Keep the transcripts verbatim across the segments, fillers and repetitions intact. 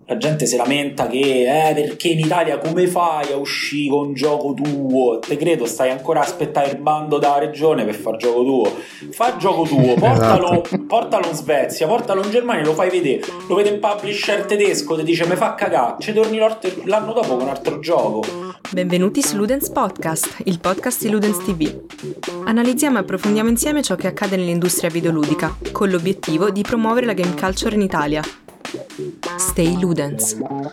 la gente si lamenta che eh, perché in Italia come fai a uscire con un gioco tuo? Te credo, stai ancora a aspettare il bando dalla regione per far gioco tuo. Fa il gioco tuo, portalo, esatto. portalo in Svezia, portalo in Germania, lo fai vedere, lo vede un publisher tedesco, ti dice me fa cagà, ci torni l'anno dopo con un altro gioco. Benvenuti su Ludens Podcast, il podcast di Ludens ti vu. Analizziamo e approfondiamo insieme ciò che accade nell'industria videoludica, con l'obiettivo di promuovere la game culture in Italia. Stay Ludens.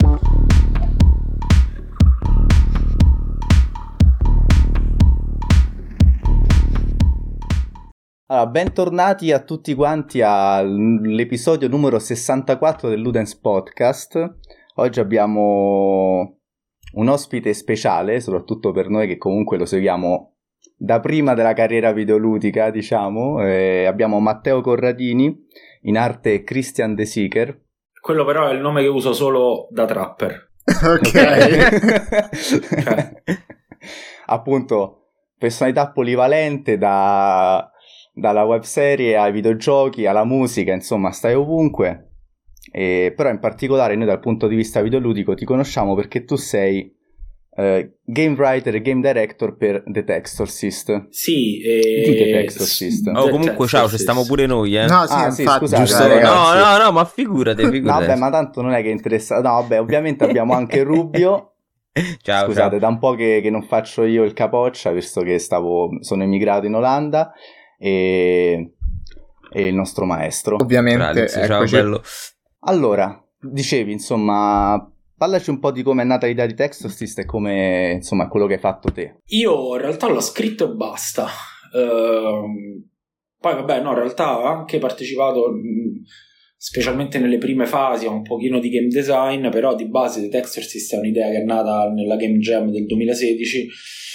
Allora, bentornati a tutti quanti all'episodio numero sessantaquattro del Ludens Podcast. Oggi abbiamo un ospite speciale, soprattutto per noi che comunque lo seguiamo da prima della carriera videoludica, diciamo. Eh, abbiamo Matteo Corradini, in arte Christian De Seeker. Quello però è il nome che uso solo da trapper. Ok. Cioè. Appunto, personalità polivalente da, dalla webserie ai videogiochi, alla musica, insomma, stai ovunque. E, però in particolare noi dal punto di vista videoludico ti conosciamo perché tu sei uh, game writer e game director per The Textorcist. Sì, e... di The Textorcist. Oh, comunque ciao, ci stiamo pure noi, eh. No, sì, ah, sì, infatti, scusate, giusto, ragazzi. no, no, no, ma figurate, figurate. Vabbè, ma tanto non è che interessa. No, vabbè, ovviamente abbiamo anche Rubio. Ciao, Scusate, ciao. da un po' che, che non faccio io il capoccia, visto che stavo sono emigrato in Olanda, e, e il nostro maestro. Ovviamente, Grazie, ciao, eccoci. bello. Allora, dicevi, insomma, parlaci un po' di come è nata l'idea di Textorcist e come, insomma, quello che hai fatto te. Io in realtà l'ho scritto e basta. Ehm, poi vabbè, no, in realtà ho anche partecipato, mh, specialmente nelle prime fasi, a un pochino di game design, però di base The Textorcist è un'idea che è nata nella Game Jam del duemilasedici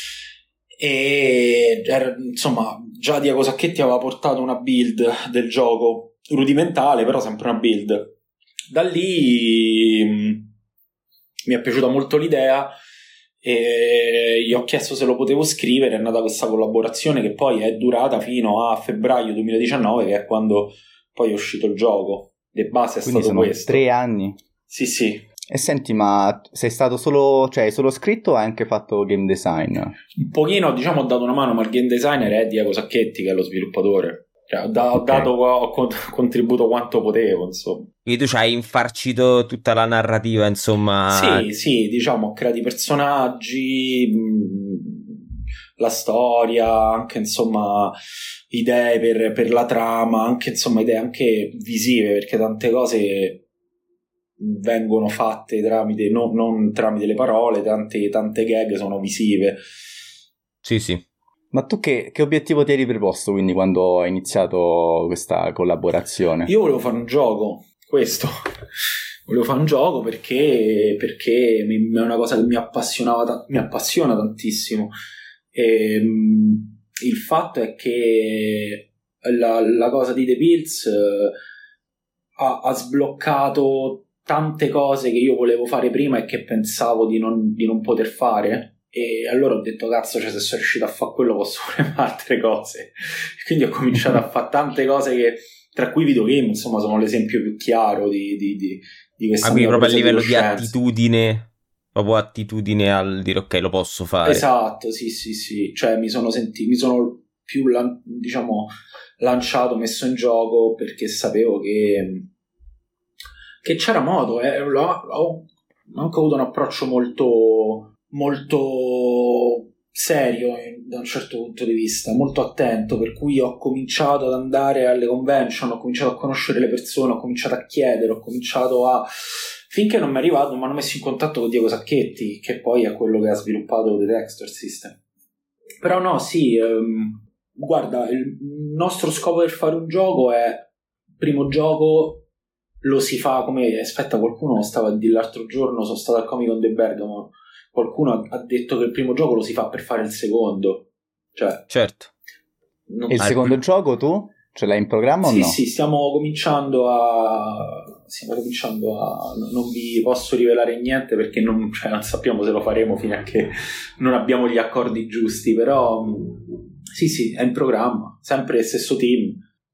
e era, insomma, già Diego Sacchetti aveva portato una build del gioco, rudimentale, però sempre una build. Da lì mh, mi è piaciuta molto l'idea e gli ho chiesto se lo potevo scrivere. È nata questa collaborazione che poi è durata fino a febbraio duemiladiciannove, che è quando poi è uscito il gioco. De base è Quindi stato sono questo. tre anni? Sì, sì. E senti, ma sei stato solo, cioè hai solo scritto o hai anche fatto game design? Un pochino, diciamo, ho dato una mano, ma il game designer è Diego Sacchetti, che è lo sviluppatore. Cioè, ho, da- ho Okay. dato, ho con- contributo quanto potevo, insomma. Quindi tu ci hai infarcito tutta la narrativa, insomma. Sì, sì, diciamo, ho creato i personaggi, mh, la storia, anche, insomma, idee per, per la trama, anche, insomma, idee anche visive, perché tante cose vengono fatte tramite, no, non tramite le parole, tante, tante gag sono visive. Sì, sì. Ma tu che, che obiettivo ti eri preposto quindi quando hai iniziato questa collaborazione? Io volevo fare un gioco, questo. Volevo fare un gioco perché, perché mi, è una cosa che mi appassionava, ta- mi appassiona tantissimo. E, mh, il fatto è che la, la cosa di The Pills eh, ha, ha sbloccato tante cose che io volevo fare prima e che pensavo di non, di non poter fare. E allora ho detto cazzo, cioè se sono riuscito a fare quello posso fare altre cose. Quindi ho cominciato a fare tante cose che, tra cui videogame, insomma, sono l'esempio più chiaro di, di, di, di questa Ah, quindi mia proprio a presa livello di coscienza. attitudine, proprio attitudine al dire ok, lo posso fare. Esatto, sì, sì, sì. Cioè mi sono sentito, mi sono più lan- diciamo lanciato, messo in gioco perché sapevo che che c'era modo, eh. Ho, ho anche avuto un approccio molto molto serio eh, da un certo punto di vista, molto attento, per cui ho cominciato ad andare alle convention, ho cominciato a conoscere le persone, ho cominciato a chiedere, ho cominciato a... finché non mi è arrivato, mi hanno messo in contatto con Diego Sacchetti, che poi è quello che ha sviluppato The Textorcist. Però no, sì, ehm, guarda, il nostro scopo per fare un gioco è, primo gioco lo si fa come, aspetta, qualcuno stava a dire l'altro giorno, sono stato al Comic Con di Bergamo, qualcuno ha detto che il primo gioco lo si fa per fare il secondo, cioè Certo. non... E il Ah, secondo il- gioco tu? Ce l'hai in programma sì, o no? sì, stiamo cominciando a stiamo cominciando a non vi posso rivelare niente perché non, cioè, non sappiamo se lo faremo fino a che non abbiamo gli accordi giusti, però sì, sì, è in programma, sempre stesso team.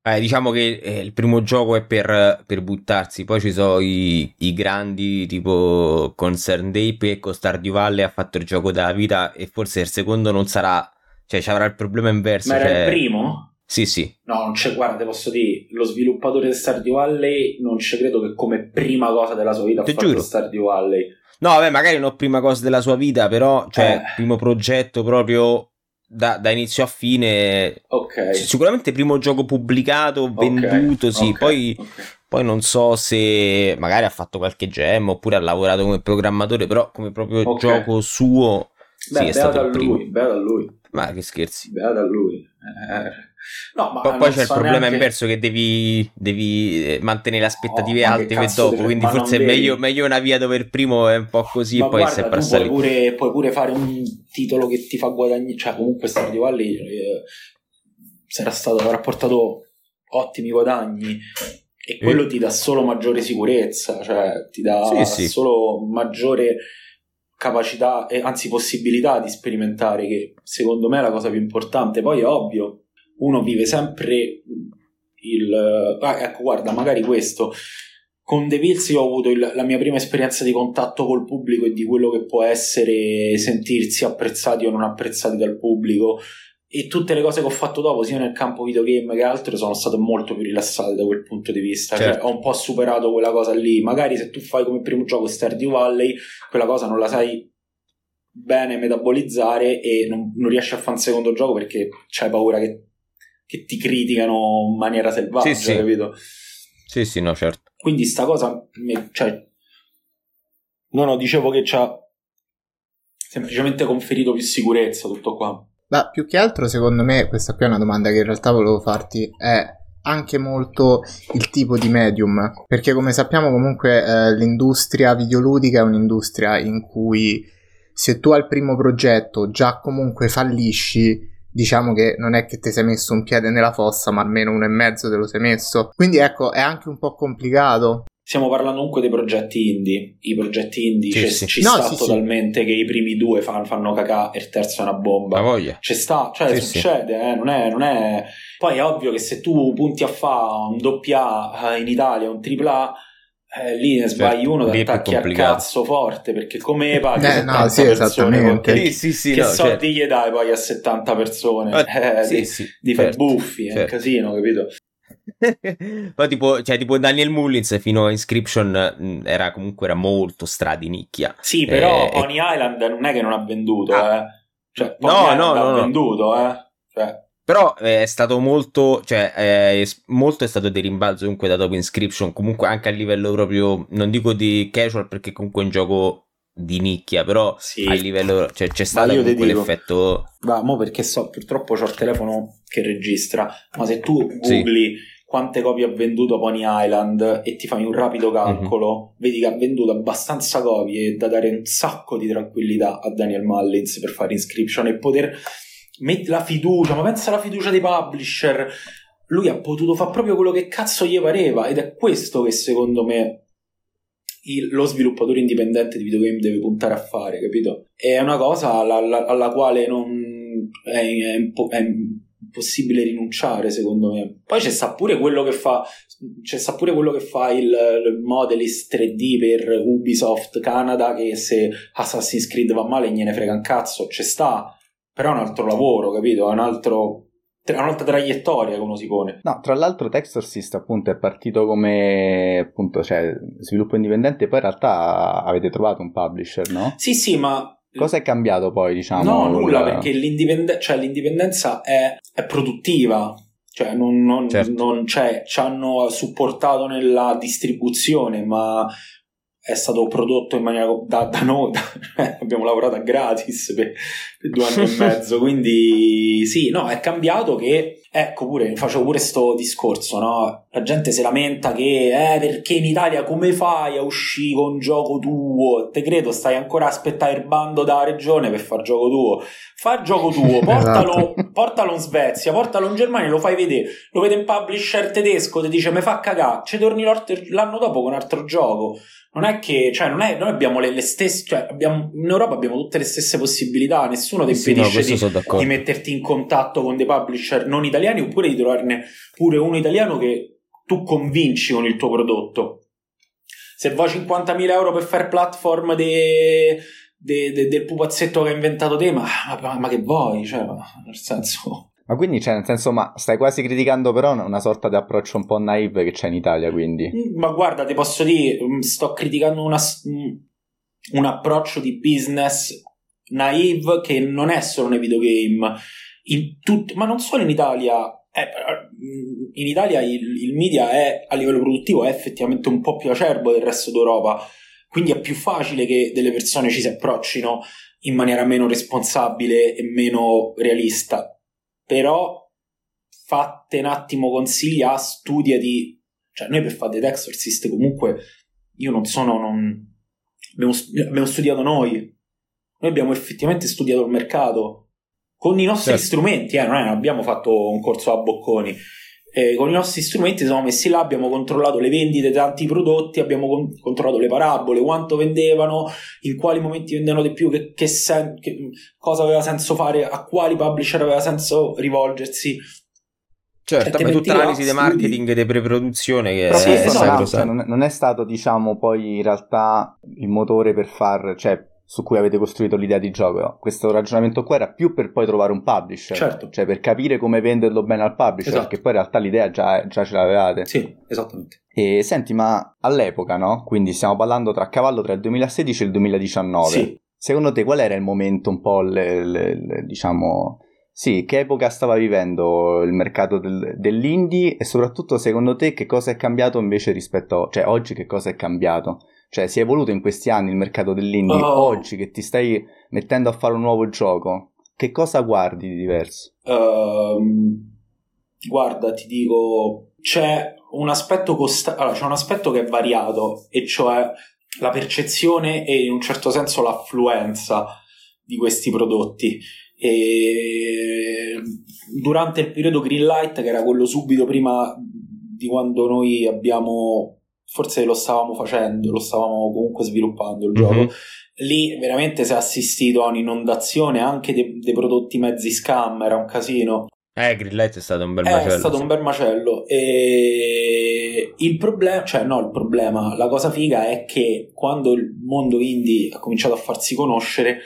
Eh, diciamo che eh, il primo gioco è per, per buttarsi, poi ci sono i, i grandi tipo Concerned Ape che con Stardew Valley ha fatto il gioco della vita e forse il secondo non sarà, cioè ci avrà il problema inverso. Ma era cioè... il primo? Sì, sì. No, non c'è, guarda, te posso dire, lo sviluppatore di Stardew Valley non ci credo che come prima cosa della sua vita ha Ti fatto giuro. Stardew Valley. No, vabbè, magari non prima cosa della sua vita, però, cioè, Eh. primo progetto proprio da, da inizio a fine. Ok. Sicuramente primo gioco pubblicato, venduto, Ok, sì. ok, Poi, ok. poi non so se magari ha fatto qualche gem oppure ha lavorato come programmatore, però come proprio Ok. gioco suo, Beh, sì, è stato beato a il primo. lui, beato a lui, Ma che scherzi. beato a lui. Eh. No, ma Poi, non poi c'è il so problema neanche... inverso che devi, devi eh, mantenere le aspettative No, ma che alte per cazzo dopo, te- quindi ma non forse è devi. meglio, meglio una via dove il primo è un po' così Ma e poi è guarda, sempre a tu puoi salire. pure, puoi pure fare un titolo che ti fa guadagnare, cioè comunque Stardew Valley eh, sarà stato, avrà portato ottimi guadagni e quello Eh. ti dà solo maggiore sicurezza, cioè ti dà Sì, sì. solo maggiore capacità e anzi possibilità di sperimentare, che secondo me è la cosa più importante. Poi è ovvio, uno vive sempre il... Ah, ecco, guarda, magari questo... Con The Pills io ho avuto il, la mia prima esperienza di contatto col pubblico e di quello che può essere sentirsi apprezzati o non apprezzati dal pubblico, e tutte le cose che ho fatto dopo sia nel campo videogame che altro sono state molto più rilassate da quel punto di vista. Certo. Cioè, ho un po' superato quella cosa lì. Magari se tu fai come primo gioco Stardew Valley, quella cosa non la sai bene metabolizzare e non, non riesci a fare un secondo gioco perché c'hai paura che, che ti criticano in maniera selvaggia, Sì, sì. capito? Sì, sì, no, certo. Quindi sta cosa, mi- cioè, no, no, dicevo che ci ha semplicemente conferito più sicurezza, tutto qua. Ma più che altro, secondo me, questa qui è una domanda che in realtà volevo farti, è anche molto il tipo di medium, perché come sappiamo comunque eh, l'industria videoludica è un'industria in cui se tu al primo progetto già comunque fallisci, diciamo che non è che ti sei messo un piede nella fossa, ma almeno uno e mezzo te lo sei messo. Quindi ecco, è anche un po' complicato. Stiamo parlando comunque dei progetti indie. I progetti indie Sì, ci, sì. ci No, sta sì, sì. totalmente che i primi due fan, fanno cacà e il terzo è una bomba. La voglia. Ci sta, cioè Sì, succede, eh, non è, non è... Poi è ovvio che se tu punti a fare un doppia A in Italia, un tripla A, eh, lì ne sbagli Certo, uno, lì ti è più attacchi al complicato. cazzo forte, perché come paghi Eh, settanta no, sì, persone esattamente. con te? Sì, sì, sì, Che no, soldi certo. gli dai poi a settanta persone? Eh, Eh, sì, di, sì, di fai certo, buffi, è un certo. casino, capito? Poi tipo, cioè, tipo Daniel Mullins fino a Inscription mh, era comunque era molto stradinicchia. Sì, però Eh, Pony Island non è che non ha venduto, Ah. eh. Cioè, Pony No, Island no, ha no, no. venduto, eh. Cioè, Però eh, è stato molto, cioè, eh, es- molto è stato di rimbalzo comunque da dopo Inscription, comunque anche a livello proprio, non dico di casual perché comunque è un gioco di nicchia, però sì. a livello, cioè c'è Ma stato io te comunque dico, l'effetto... va, mo perché so, purtroppo c'ho il telefono che registra, ma se tu Sì. googli quante copie ha venduto Pony Island e ti fai un rapido calcolo, vedi che ha venduto abbastanza copie da dare un sacco di tranquillità a Daniel Mullins per fare Inscription e poter mettere la fiducia, ma pensa alla fiducia dei publisher. Lui ha potuto fare proprio quello che cazzo gli pareva, ed è questo che secondo me il, lo sviluppatore indipendente di videogame deve puntare a fare, capito? È una cosa alla, alla, alla quale non è, è, impo- è impossibile rinunciare, secondo me. Poi c'è sta pure quello che fa c'è sta pure quello che fa il, il modelist tre D per Ubisoft Canada, che se Assassin's Creed va male gliene frega un cazzo, c'è sta, però è un altro lavoro, capito? È un altro un'altra traiettoria che uno si pone. No, tra l'altro Texorcist appunto è partito come appunto, cioè, sviluppo indipendente, poi in realtà avete trovato un publisher, no? Sì, sì, ma cosa è cambiato poi, diciamo? No, nulla, la... perché l'indipenden- cioè, l'indipendenza è, è produttiva, cioè non, non, Certo. non c'è, ci hanno supportato nella distribuzione, ma è stato prodotto in maniera da, da noi, da, abbiamo lavorato a gratis per, per due anni e mezzo, quindi sì, no, è cambiato che, ecco pure, facevo pure sto discorso, no? La gente si lamenta che, eh, perché in Italia come fai a uscire con un gioco tuo? Te credo, stai ancora a aspettare il bando dalla regione per fare gioco tuo. Fai il gioco tuo, portalo, Esatto. portalo in Svezia, portalo in Germania, lo fai vedere, lo vede un publisher tedesco, ti dice, me fa cagà, ci torni l'anno dopo con un altro gioco. non è che, cioè, non è, noi abbiamo le, le stesse, cioè, abbiamo, in Europa abbiamo tutte le stesse possibilità, nessuno ti Sì, impedisce no, di, di metterti in contatto con dei publisher non italiani, oppure di trovarne pure uno italiano che tu convinci con il tuo prodotto. Se vuoi cinquantamila euro per fare platform de, de, de, del pupazzetto che hai inventato te, ma, ma, ma che vuoi? Cioè, nel senso... Ma quindi, cioè, nel senso, ma stai quasi criticando però una sorta di approccio un po' naive che c'è in Italia, quindi? Ma guarda, ti posso dire, sto criticando una, un approccio di business naive che non è solo nei videogame, in tut- ma non solo in Italia. Eh, in Italia il, il media è, a livello produttivo, è effettivamente un po' più acerbo del resto d'Europa, quindi è più facile che delle persone ci si approccino in maniera meno responsabile e meno realista. Però fatte un attimo consiglia, studiati, cioè noi per fare The Exorcist comunque io non sono non abbiamo, abbiamo studiato noi noi abbiamo effettivamente studiato il mercato con i nostri certo. strumenti, eh, non, è, non abbiamo fatto un corso a bocconi, eh, con i nostri strumenti siamo messi là, abbiamo controllato le vendite di tanti prodotti, abbiamo con- controllato le parabole, quanto vendevano, in quali momenti vendevano di più, che, che, sen- che cosa aveva senso fare, a quali publisher aveva senso rivolgersi. Certo, ma tutta l'analisi di marketing e di preproduzione che però è, è sacro, cioè, non, è, non è stato, diciamo, poi in realtà il motore per far, cioè su cui avete costruito l'idea di gioco. Questo ragionamento qua era più per poi trovare un publisher, certo. cioè per capire come venderlo bene al publisher, esatto. perché poi in realtà l'idea già, già ce l'avevate. Sì, esattamente. E senti, ma all'epoca, no? Quindi stiamo parlando tra a cavallo tra il duemilasedici e il duemiladiciannove. Sì. Secondo te qual era il momento un po', le, le, le, diciamo... Sì, che epoca stava vivendo il mercato del, dell'indie e soprattutto secondo te che cosa è cambiato invece rispetto a... Cioè oggi che cosa è cambiato? Cioè si è evoluto in questi anni il mercato dell'indie, oh. oggi che ti stai mettendo a fare un nuovo gioco, che cosa guardi di diverso? Uh, guarda, ti dico, c'è un aspetto costa- allora, c'è un aspetto che è variato, e cioè la percezione e in un certo senso l'affluenza di questi prodotti. E durante il periodo Greenlight, che era quello subito prima di quando noi abbiamo, forse lo stavamo facendo, lo stavamo comunque sviluppando il gioco, mm-hmm. lì veramente si è assistito a un'inondazione anche dei, dei prodotti mezzi scam, era un casino. Eh, Greenlight è stato un bel è macello. È stato sì. un bel macello. E il problema, cioè no, il problema, la cosa figa è che quando il mondo indie ha cominciato a farsi conoscere,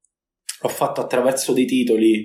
l'ho fatto attraverso dei titoli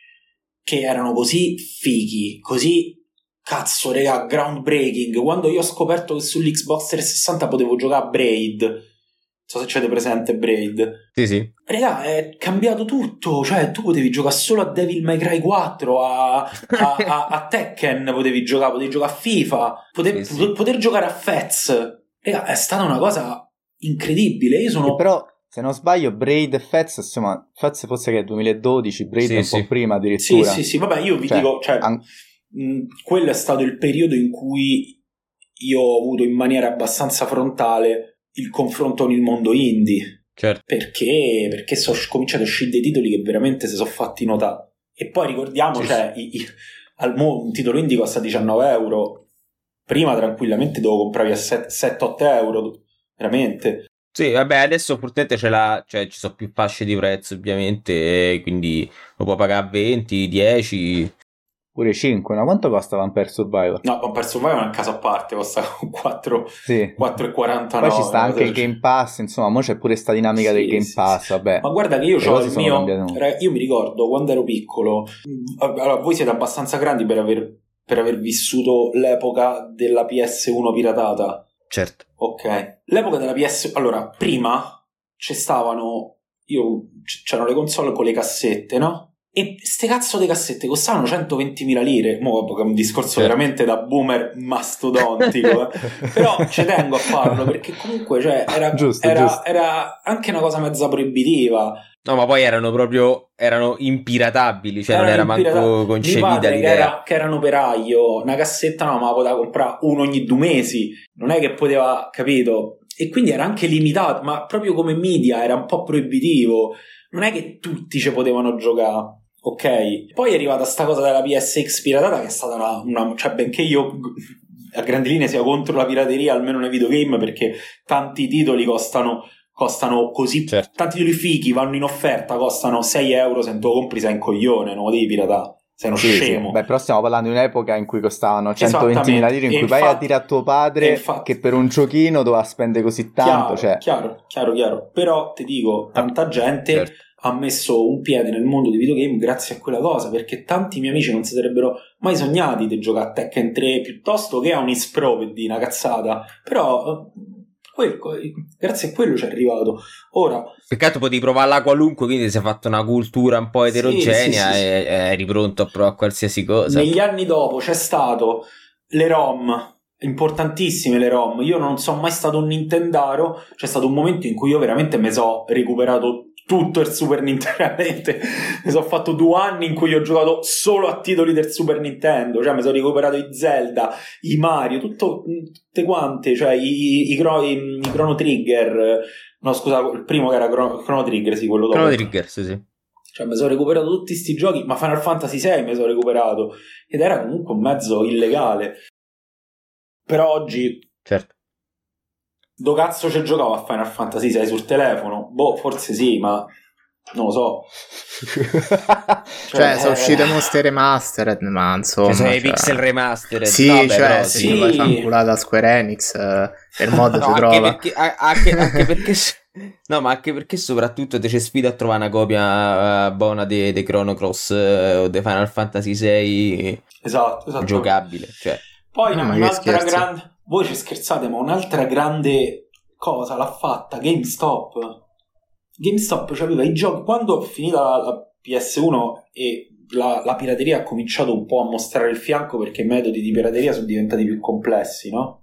che erano così fighi, così cazzo, raga, groundbreaking. Quando io ho scoperto che sull'Xbox trecentosessanta potevo giocare a Braid, non so se c'è presente Braid. Sì, sì. Raga, è cambiato tutto. Cioè, tu potevi giocare solo a Devil May Cry quattro, a, a, a, a Tekken potevi giocare, potevi giocare a FIFA, poter, sì, sì. poter giocare a Fez. Raga, è stata una cosa incredibile. Io sono... E però... Se non sbaglio, Braid e Fez, insomma, Fez forse che è duemiladodici, Braid sì, un sì. po' prima addirittura. Sì, sì, sì, vabbè, io vi cioè, dico, cioè, an- mh, quello è stato il periodo in cui io ho avuto in maniera abbastanza frontale il confronto con il mondo indie. Certo. Perché? Perché sono cominciati a uscire dei titoli che veramente si sono fatti notare. E poi ricordiamo, sì, cioè, i, i, al mo un titolo indie costa diciannove euro. Prima tranquillamente dovevo comprare a sette otto euro, veramente. Sì, vabbè, adesso purtroppo c'è la, cioè, ci sono più fasce di prezzo ovviamente, quindi lo può pagare a venti, dieci... Pure cinque, no? Quanto costa Vampire Survivor? No, Vampire Survivor è un caso a parte, costa quattro, sì. quattro e quarantanove. Poi ci sta anche il Game Pass, insomma, mo c'è pure sta dinamica sì, del Game sì, Pass, vabbè. Ma guarda che io c'ho il mio... Io mi ricordo, quando ero piccolo... Allora, voi siete abbastanza grandi per aver, per aver vissuto l'epoca della P S uno piratata. Certo. Ok. L'epoca della P S... Allora, prima ci stavano... Io... c'erano le console con le cassette, no? E ste cazzo di cassette costavano centoventimila lire. Mo' è un discorso certo. veramente da boomer mastodontico, eh. Però ci tengo a farlo perché comunque cioè, era, giusto, era, giusto. era anche una cosa mezza proibitiva. No, ma poi erano proprio erano impiratabili, cioè erano non era impirata- manco concepita l'idea. Che, era, che era un operaio, una cassetta no, ma la poteva comprare uno ogni due mesi. Non è che poteva, capito? E quindi era anche limitato, ma proprio come media era un po' proibitivo. Non è che tutti ci potevano giocare. Ok, poi è arrivata sta cosa della P S X piratata che è stata una, una cioè benché io a grandi linee sia contro la pirateria, almeno nei videogame, perché tanti titoli costano costano così, certo. Tanti titoli fighi vanno in offerta, costano sei euro, se tu lo compri sei un coglione, non lo devi piratare, sei uno sì, scemo. Sì. Beh, però stiamo parlando di un'epoca in cui costavano centoventimila lire, in cui infatti, vai a dire a tuo padre infatti, che per un giochino doveva spendere così tanto. Chiaro, cioè... chiaro, chiaro, chiaro. Però ti dico, tanta gente certo. ha messo un piede nel mondo dei videogame grazie a quella cosa, perché tanti miei amici non si sarebbero mai sognati di giocare a Tekken tre piuttosto che a un Is Pro, per dire una cazzata. Però quel, grazie a quello ci è arrivato. Ora, peccato potevi provarla qualunque, quindi si è fatta una cultura un po' eterogenea, sì, sì, sì, sì. e eri pronto a provare qualsiasi cosa. Negli anni dopo c'è stato le ROM, importantissime le ROM. Io non sono mai stato un Nintendaro, c'è stato un momento in cui io veramente mi sono recuperato tutto il Super Nintendo. Mi sono fatto due anni in cui ho giocato solo a titoli del Super Nintendo, cioè mi sono recuperato i Zelda, i Mario, tutto, tutte quante, cioè i, i, i, i Chrono Trigger, no scusa, il primo che era Chrono, Chrono Trigger, sì, quello dopo. Chrono Trigger, sì, sì. Cioè mi sono recuperato tutti sti giochi, ma Final Fantasy sei mi sono recuperato, ed era comunque un mezzo illegale. Però oggi, certo, do cazzo ci giocavo a Final Fantasy sei sul telefono? Boh, forse sì, ma non lo so. cioè, cioè sono uscite Monster Remastered, ma insomma, cioè, sono cioè... i pixel remastered. Sì, no, beh, cioè però, se sì. ti vai fanculata a Square Enix, eh, per modo no, si anche trova. Perché, anche, anche perché no, ma anche perché soprattutto te c'è sfida a trovare una copia uh, buona di Chrono Cross uh, o di Final Fantasy sei esatto, esatto. giocabile, cioè. Poi no, una, un'altra grande, voi ci scherzate, ma un'altra grande cosa l'ha fatta GameStop. GameStop aveva i giochi, quando è finita la, la P S uno e la, la pirateria ha cominciato un po' a mostrare il fianco, perché i metodi di pirateria sono diventati più complessi, no?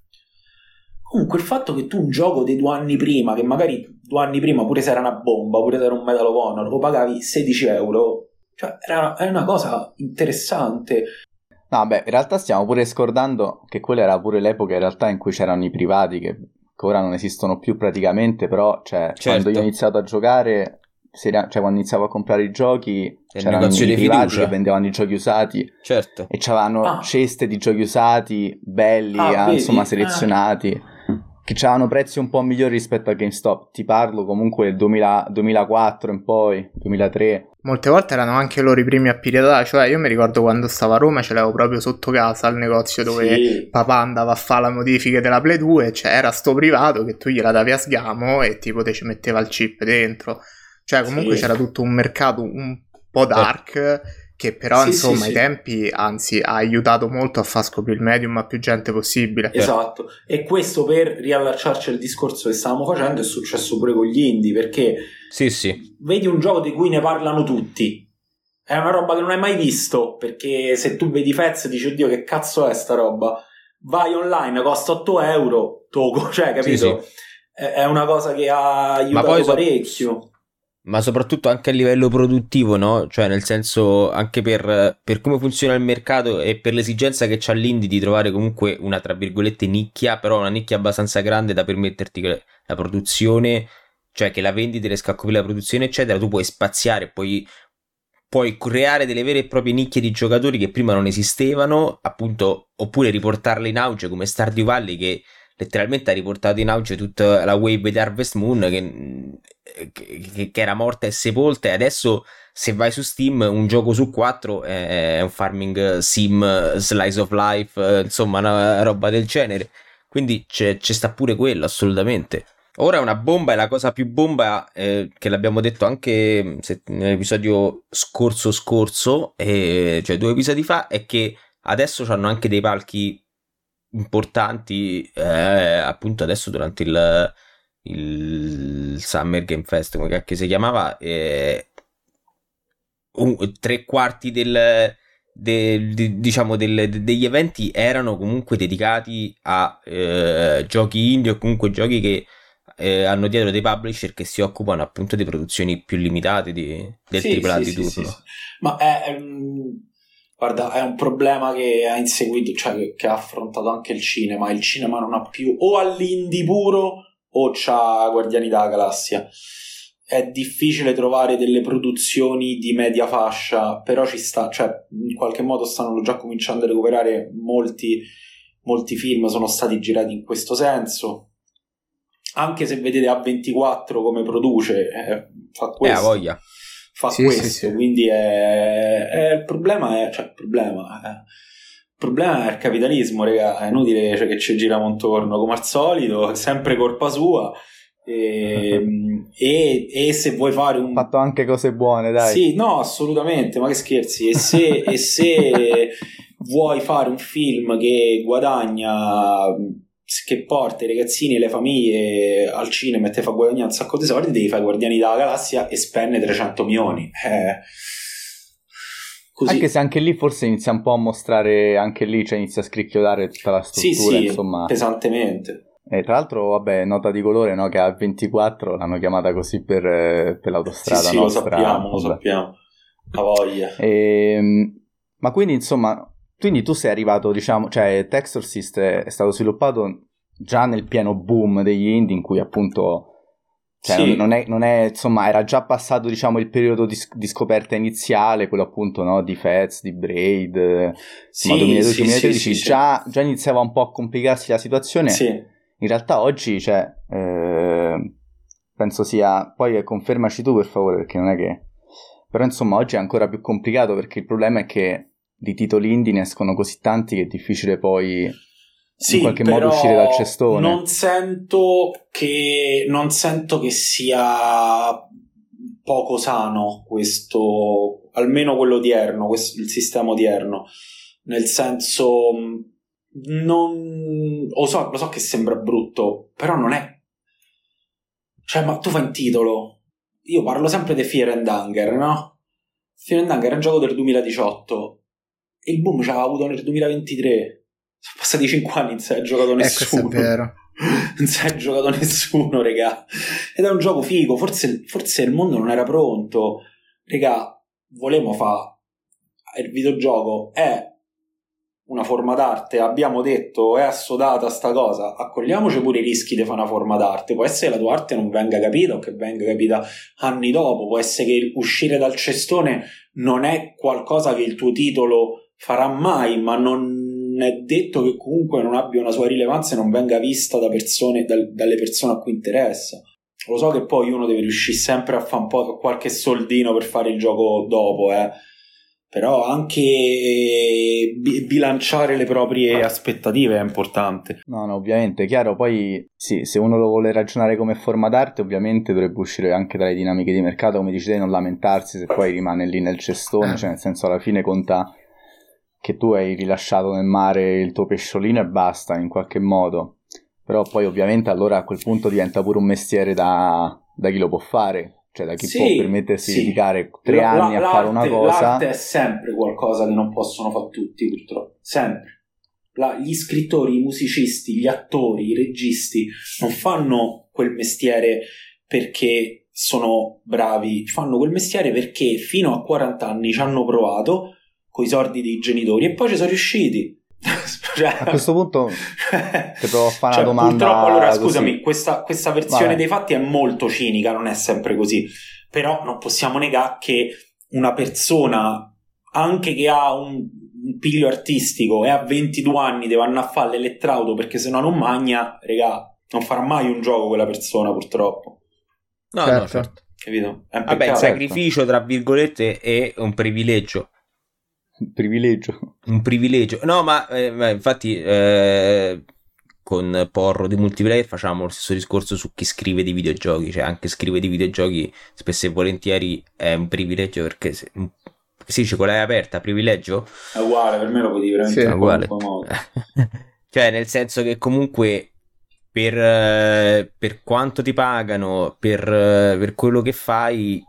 Comunque il fatto che tu un gioco dei due anni prima, che magari due anni prima pure se era una bomba, pure se era un Medal of Honor, lo pagavi sedici euro, cioè era, era una cosa interessante. No, beh, in realtà stiamo pure scordando che quella era pure l'epoca in realtà in cui c'erano i privati, che, che ora non esistono più praticamente, però cioè, certo. Quando io ho iniziato a giocare, cioè quando iniziavo a comprare i giochi, il c'erano i privati fiducia. che vendevano i giochi usati, certo. e c'avevano ah. ceste di giochi usati, belli, ah, ah, insomma vedi? selezionati, ah. che c'avevano prezzi un po' migliori rispetto a GameStop. Ti parlo comunque del duemila, duemilaquattro in poi, duemilatré. Molte volte erano anche loro i primi a piratare, cioè io mi ricordo quando stavo a Roma ce l'avevo proprio sotto casa al negozio dove sì. papà andava a fare la modifica della Play due, cioè era sto privato che tu gliela davi a sgamo e tipo te ci metteva il chip dentro, cioè comunque sì. C'era tutto un mercato un po' dark, sì. Che però sì, insomma sì, ai sì. tempi anzi ha aiutato molto a far scoprire il medium a più gente possibile. Esatto, e questo per riallacciarci al discorso che stavamo facendo è successo pure con gli indie, perché sì, sì. vedi un gioco di cui ne parlano tutti, è una roba che non hai mai visto, perché se tu vedi Fez dici oddio che cazzo è sta roba, vai online, costa otto euro, toco, cioè capito? Sì, sì. È una cosa che ha aiutato parecchio. So- ma soprattutto anche a livello produttivo, no? Cioè nel senso anche per, per come funziona il mercato e per l'esigenza che c'ha l'indie di trovare comunque una tra virgolette nicchia, però una nicchia abbastanza grande da permetterti che la produzione, cioè che la vendita riesca a coprire la produzione eccetera, tu puoi spaziare, puoi, puoi creare delle vere e proprie nicchie di giocatori che prima non esistevano, appunto, oppure riportarle in auge come Stardew Valley, che letteralmente ha riportato in auge tutta la wave di Harvest Moon che, che, che era morta e sepolta, e adesso se vai su Steam un gioco su quattro è un farming sim, slice of life, insomma una roba del genere, quindi c'è, c'è sta pure quello assolutamente. Ora una bomba, è la cosa più bomba, eh, che l'abbiamo detto anche se, nell'episodio scorso scorso, eh, cioè due episodi fa, è che adesso hanno anche dei palchi importanti, eh, appunto adesso durante il, il Summer Game Fest, come cacchio si chiamava, eh, un, tre quarti del, del, de, diciamo del, de, degli eventi erano comunque dedicati a eh, giochi indie o comunque giochi che eh, hanno dietro dei publisher che si occupano appunto di produzioni più limitate di, del sì, tripla A sì, di turno. sì, sì, sì. Ma è, è un... Guarda, è un problema che ha inseguito, cioè che, che ha affrontato anche il cinema. Il cinema non ha più o all'indie puro o c'ha Guardiani della Galassia. È difficile trovare delle produzioni di media fascia, però ci sta, cioè in qualche modo stanno già cominciando a recuperare molti, molti film sono stati girati in questo senso, anche se vedete A ventiquattro come produce, eh, fa questo, eh, voglia. fa sì, questo sì, sì. Quindi è, è il problema è, cioè il problema è, il problema è il capitalismo, raga, è inutile, cioè, che ci giriamo intorno come al solito, è sempre colpa sua. E, e, e se vuoi fare un... Ha fatto anche cose buone, dai. Sì, no, assolutamente, ma che scherzi. E se, e se vuoi fare un film che guadagna, che porta i ragazzini e le famiglie al cinema e te fa guadagnare un sacco di soldi, devi fare Guardiani della Galassia e spende trecento milioni. Eh, così. Anche se anche lì forse inizia un po' a mostrare, anche lì cioè inizia a scricchiolare tutta la struttura, sì, sì, insomma. pesantemente. E tra l'altro, vabbè, nota di colore, no, che A ventiquattro l'hanno chiamata così per, per l'autostrada sì, sì, nostra. lo sappiamo, lo vabbè. sappiamo. La voglia. E, ma quindi, insomma, quindi tu sei arrivato, diciamo, cioè Texorcist è, è stato sviluppato già nel pieno boom degli indie in cui appunto... Cioè, sì. non, è, non è, insomma, era già passato, diciamo, il periodo di, di scoperta iniziale, quello appunto, no, di Fez, di Braid, sì, insomma, duemiladodici sì, duemilatredici, sì, sì, già, già iniziava un po' a complicarsi la situazione. Sì. In realtà oggi, cioè, eh, penso sia, poi confermaci tu per favore, perché non è che... Però insomma, oggi è ancora più complicato perché il problema è che di titoli indie ne escono così tanti che è difficile poi... Sì, in qualche però modo uscire dal cestone. Non sento che non sento che sia poco sano questo, almeno quello odierno, questo, il sistema odierno. Nel senso, non lo so, lo so che sembra brutto, però non è. Cioè, ma tu fai un titolo. Io parlo sempre di Fear and Hunger, no? Fear and Hunger è un gioco del duemiladiciotto e il boom ce l'ha avuto nel duemilaventitré. Sono passati cinque anni, non si è giocato nessuno. Eh, questo è vero. Non si è giocato nessuno, regà. Ed è un gioco figo. Forse, forse il mondo non era pronto. Regà, volevo fare il videogioco. È una forma d'arte. Abbiamo detto, è assodata sta cosa. Accogliamoci pure i rischi di fare una forma d'arte. Può essere che la tua arte non venga capita o che venga capita anni dopo. Può essere che uscire dal cestone non è qualcosa che il tuo titolo farà mai, ma non è detto che comunque non abbia una sua rilevanza e non venga vista da persone, dal, dalle persone a cui interessa. Lo so che poi uno deve riuscire sempre a fare un po' qualche soldino per fare il gioco dopo, eh. Però anche bi- bilanciare le proprie aspettative è importante. No, no, ovviamente, chiaro, poi sì, se uno lo vuole ragionare come forma d'arte, ovviamente dovrebbe uscire anche dalle dinamiche di mercato, come dici te, non lamentarsi se poi rimane lì nel cestone, cioè nel senso alla fine conta che tu hai rilasciato nel mare il tuo pesciolino e basta, in qualche modo. Però poi ovviamente allora a quel punto diventa pure un mestiere da, da chi lo può fare, cioè da chi sì, può permettersi sì. di dedicare tre la, anni la, a fare una cosa. L'arte è sempre qualcosa che non possono fare tutti, purtroppo, sempre. La, gli scrittori, i musicisti, gli attori, i registi non fanno quel mestiere perché sono bravi, fanno quel mestiere perché fino a quaranta anni ci hanno provato con i soldi dei genitori e poi ci sono riusciti. Cioè, a questo punto ti provo a fare cioè, una domanda. Purtroppo, allora così. scusami, questa, questa versione Vai. dei fatti è molto cinica, non è sempre così, però non possiamo negare che una persona, anche che ha un, un piglio artistico e ha ventidue anni, deve andare a fare l'elettrauto perché se no non magna, regà, non farà mai un gioco quella persona, purtroppo. No, certo. no, certo. Capito? È un Vabbè, il peccato. sacrificio, tra virgolette, è un privilegio. Privilegio. Un privilegio. No, ma eh, infatti eh, con Porro di Multiplayer facciamo lo stesso discorso su chi scrive dei videogiochi. Cioè anche scrivere dei videogiochi spesso e volentieri è un privilegio, perché se, si dice con l'hai aperta, privilegio? È uguale, per me lo potevi veramente Sì, in è uguale. qualunque modo. Cioè nel senso che comunque per, eh, per quanto ti pagano, per, eh, per quello che fai,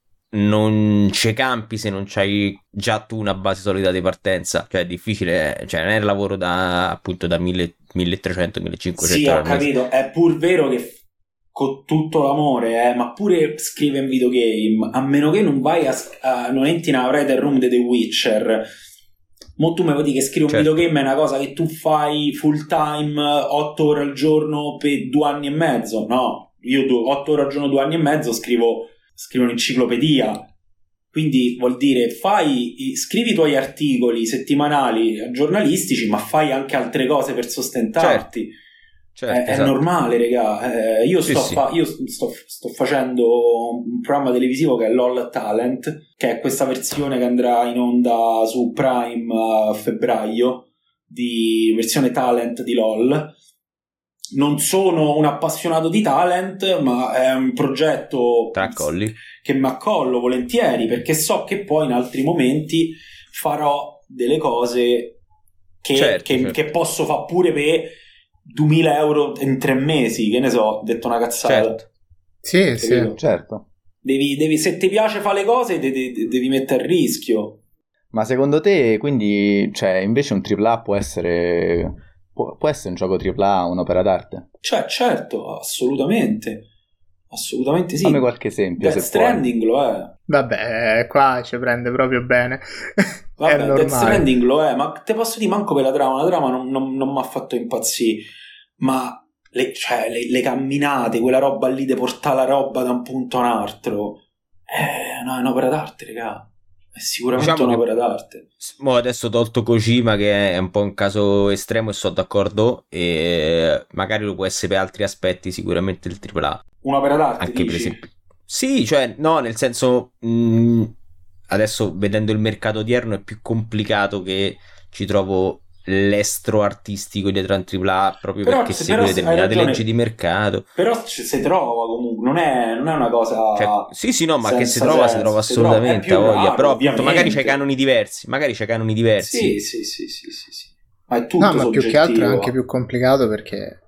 non ci campi se non c'hai già tu una base solida di partenza. Cioè è difficile, cioè non è il lavoro da appunto da milletrecento millecinquecento Sì, ho al mese. capito, è pur vero che f- con tutto l'amore, eh, ma pure scrive in videogame, a meno che non vai a, a non entri nella writer room di The Witcher. Mo tu mi vuoi dire che scrivi un Certo. videogame è una cosa che tu fai full time, otto ore al giorno per due anni e mezzo? No, io otto ore al giorno, due anni e mezzo scrivo, scrivo un'enciclopedia. Quindi vuol dire fai, scrivi i tuoi articoli settimanali giornalistici, ma fai anche altre cose per sostentarti. Certo. Certo, è, esatto. è normale, raga. Eh, io sì, sto, sì. fa- io sto, sto facendo un programma televisivo che è LOL Talent, che è questa versione che andrà in onda su Prime a febbraio, di versione talent di LOL. Non sono un appassionato di talent, ma è un progetto Traccolli. che mi accollo volentieri, perché so che poi in altri momenti farò delle cose che, certo, che, certo. che posso fare pure per duemila euro in tre mesi, che ne so, ho detto una cazzata. Certo. Sì, sì, certo. Devi, devi, se ti piace fare le cose, de, de, devi mettere a rischio. Ma secondo te, quindi, cioè, invece un tripla A può essere... Può, può essere un gioco tripla A un'opera d'arte? Cioè, certo, assolutamente. Assolutamente sì. Fammi qualche esempio, Death se Stranding puoi. lo è. Vabbè, qua ci prende proprio bene. Vabbè, è normale. Death Stranding lo è, ma te posso dire manco per la trama. La trama non, non, non mi ha fatto impazzire. Ma le, cioè, le, le camminate, quella roba lì di portare la roba da un punto a un altro, è, no, è un'opera d'arte, raga. È sicuramente Diciamo un'opera che- d'arte. Mo adesso tolto Kojima, che è un po' un caso estremo, e sono d'accordo, e magari lo può essere per altri aspetti sicuramente il tripla A. Un'opera d'arte, Anche per dici? esempio. Sì, cioè, no, nel senso, mh, adesso vedendo il mercato odierno è più complicato che ci trovo l'estro artistico dietro a un tripla A, proprio Però- perché se- segue però se- hai determinate ragione. leggi di mercato. Però ci si trova comunque, non è, non è una cosa... Cioè, sì, sì, no, ma che si senza trova, si senso, trova si trova- è assolutamente, più a voglia. raro, Però appunto magari ovviamente. c'hai canoni diversi, magari c'hai canoni diversi. Sì, sì, sì, sì, sì, sì. Ma è tutto No, ma più che altro è soggettivo. anche più complicato perché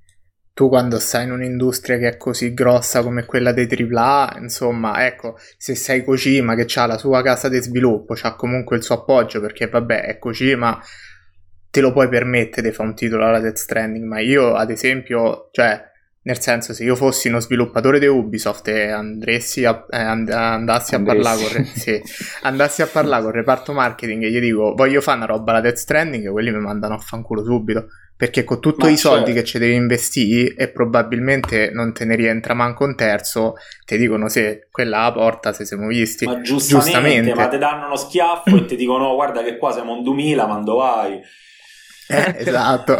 tu quando stai in un'industria che è così grossa come quella dei tripla A, insomma, ecco, se sei Kojima che ha la sua casa di sviluppo, c'ha comunque il suo appoggio perché vabbè, è Kojima, te lo puoi permettere di fare un titolo alla Death Stranding, ma io ad esempio, cioè, nel senso, se io fossi uno sviluppatore di Ubisoft e andressi a, eh, and- andassi a Andressi. parlare con re- sì, andassi a parlare con il reparto marketing e gli dico voglio fare una roba alla Death Stranding, quelli mi mandano a fanculo subito, perché con tutti Ma i soldi certo. che ci devi investire e probabilmente non te ne rientra manco un terzo, ti dicono se quella la porta, se siamo visti. Ma giustamente, Giustamente. ma ti danno uno schiaffo e ti dicono guarda che qua siamo un duemila, quando vai? Eh, esatto.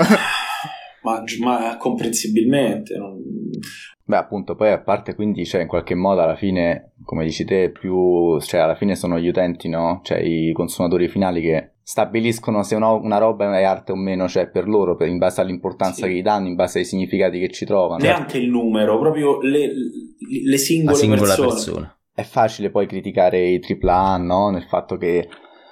Ma, ma comprensibilmente non... Beh, appunto, poi a parte quindi, cioè, in qualche modo alla fine, come dici te, più, cioè, alla fine sono gli utenti, no? Cioè, i consumatori finali che stabiliscono se una, una roba è arte o meno, cioè, per loro, per, in base all'importanza Sì. che gli danno, in base ai significati che ci trovano. neanche il numero, proprio le, le La singole singola persone. persona. È facile poi criticare i tripla A, no? Nel fatto che,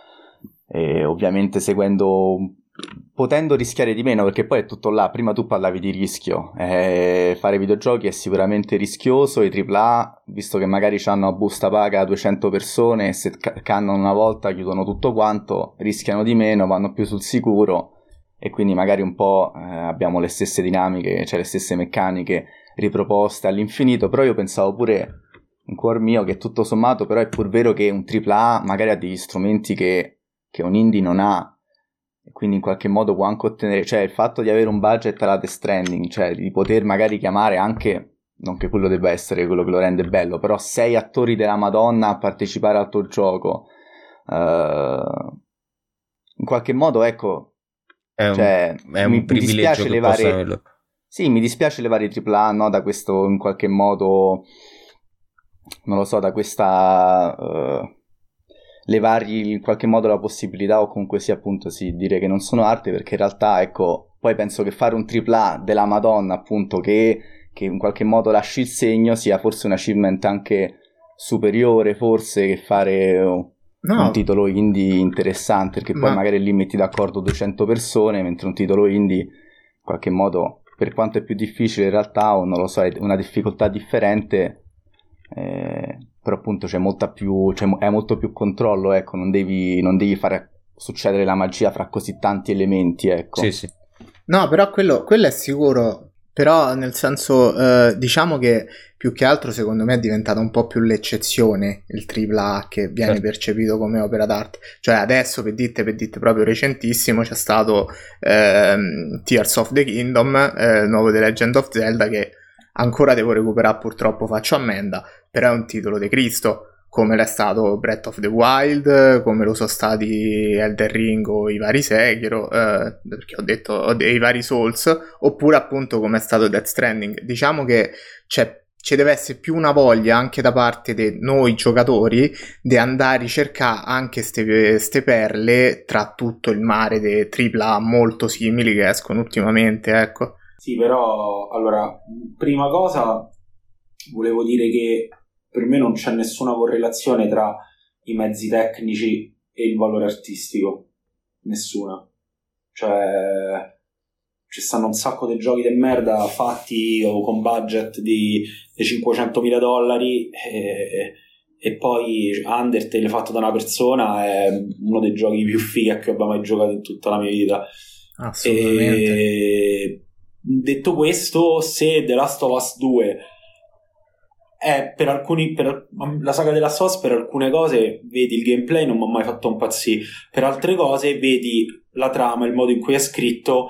eh, ovviamente, seguendo... potendo rischiare di meno, perché poi è tutto là. Prima tu parlavi di rischio, eh, fare videogiochi è sicuramente rischioso. I tripla A, visto che magari hanno a busta paga duecento persone e se ca- cannano una volta chiudono tutto quanto, rischiano di meno, vanno più sul sicuro e quindi magari un po' eh, abbiamo le stesse dinamiche, cioè le stesse meccaniche riproposte all'infinito. Però io pensavo pure in cuor mio che tutto sommato però è pur vero che un tripla A magari ha degli strumenti che, che un indie non ha, e quindi in qualche modo può anche ottenere, cioè il fatto di avere un budget alla Death Stranding, cioè di poter magari chiamare anche, non che quello debba essere quello che lo rende bello, però sei attori della Madonna a partecipare al tuo gioco, uh, in qualche modo, ecco, È un, cioè, è un mi, mi privilegio dispiace che levare, possano averlo. sì, mi dispiace levare i tripla A, no, da questo, in qualche modo, non lo so, da questa... Uh, levargli in qualche modo la possibilità, o comunque sia appunto sì, dire che non sono arte, perché in realtà ecco, poi penso che fare un tripla A della Madonna appunto che, che in qualche modo lasci il segno sia forse un achievement anche superiore forse che fare uh, No, un titolo indie interessante, perché poi Ma- magari lì metti d'accordo duecento persone, mentre un titolo indie in qualche modo, per quanto è più difficile in realtà, o non lo so, è una difficoltà differente, eh, però appunto c'è molta più, c'è, è molto più controllo, ecco, non devi, non devi fare succedere la magia fra così tanti elementi, ecco. Sì, sì. no, però quello, quello è sicuro. Però nel senso, eh, diciamo che più che altro secondo me è diventata un po' più l'eccezione il tripla A che viene Certo. percepito come opera d'arte. Cioè adesso, per dite, per dite proprio recentissimo, c'è stato ehm, Tears of the Kingdom, eh, il nuovo The Legend of Zelda, che ancora devo recuperare, purtroppo faccio ammenda, però è un titolo di Cristo. come l'è stato Breath of the Wild, come lo sono stati Elden Ring o i vari Sekiro, eh, perché ho detto ho de- i vari Souls, oppure appunto come è stato Death Stranding. Diciamo che c'è ci deve essere più una voglia anche da parte di noi giocatori di andare a ricercare anche ste, ste perle tra tutto il mare dei tripla A molto simili che escono ultimamente, ecco. Sì, però allora, prima cosa volevo dire che per me non c'è nessuna correlazione tra i mezzi tecnici e il valore artistico, nessuna. Cioè ci stanno un sacco di giochi di merda fatti con budget di, di cinquecentomila dollari e, e poi Undertale fatto da una persona è uno dei giochi più fighi che abbia mai giocato in tutta la mia vita. Assolutamente. E, detto questo, se The Last of Us due è per alcuni per la saga della Last of Us, per alcune cose vedi il gameplay non mi ha mai fatto impazzire, per altre cose vedi la trama, il modo in cui è scritto.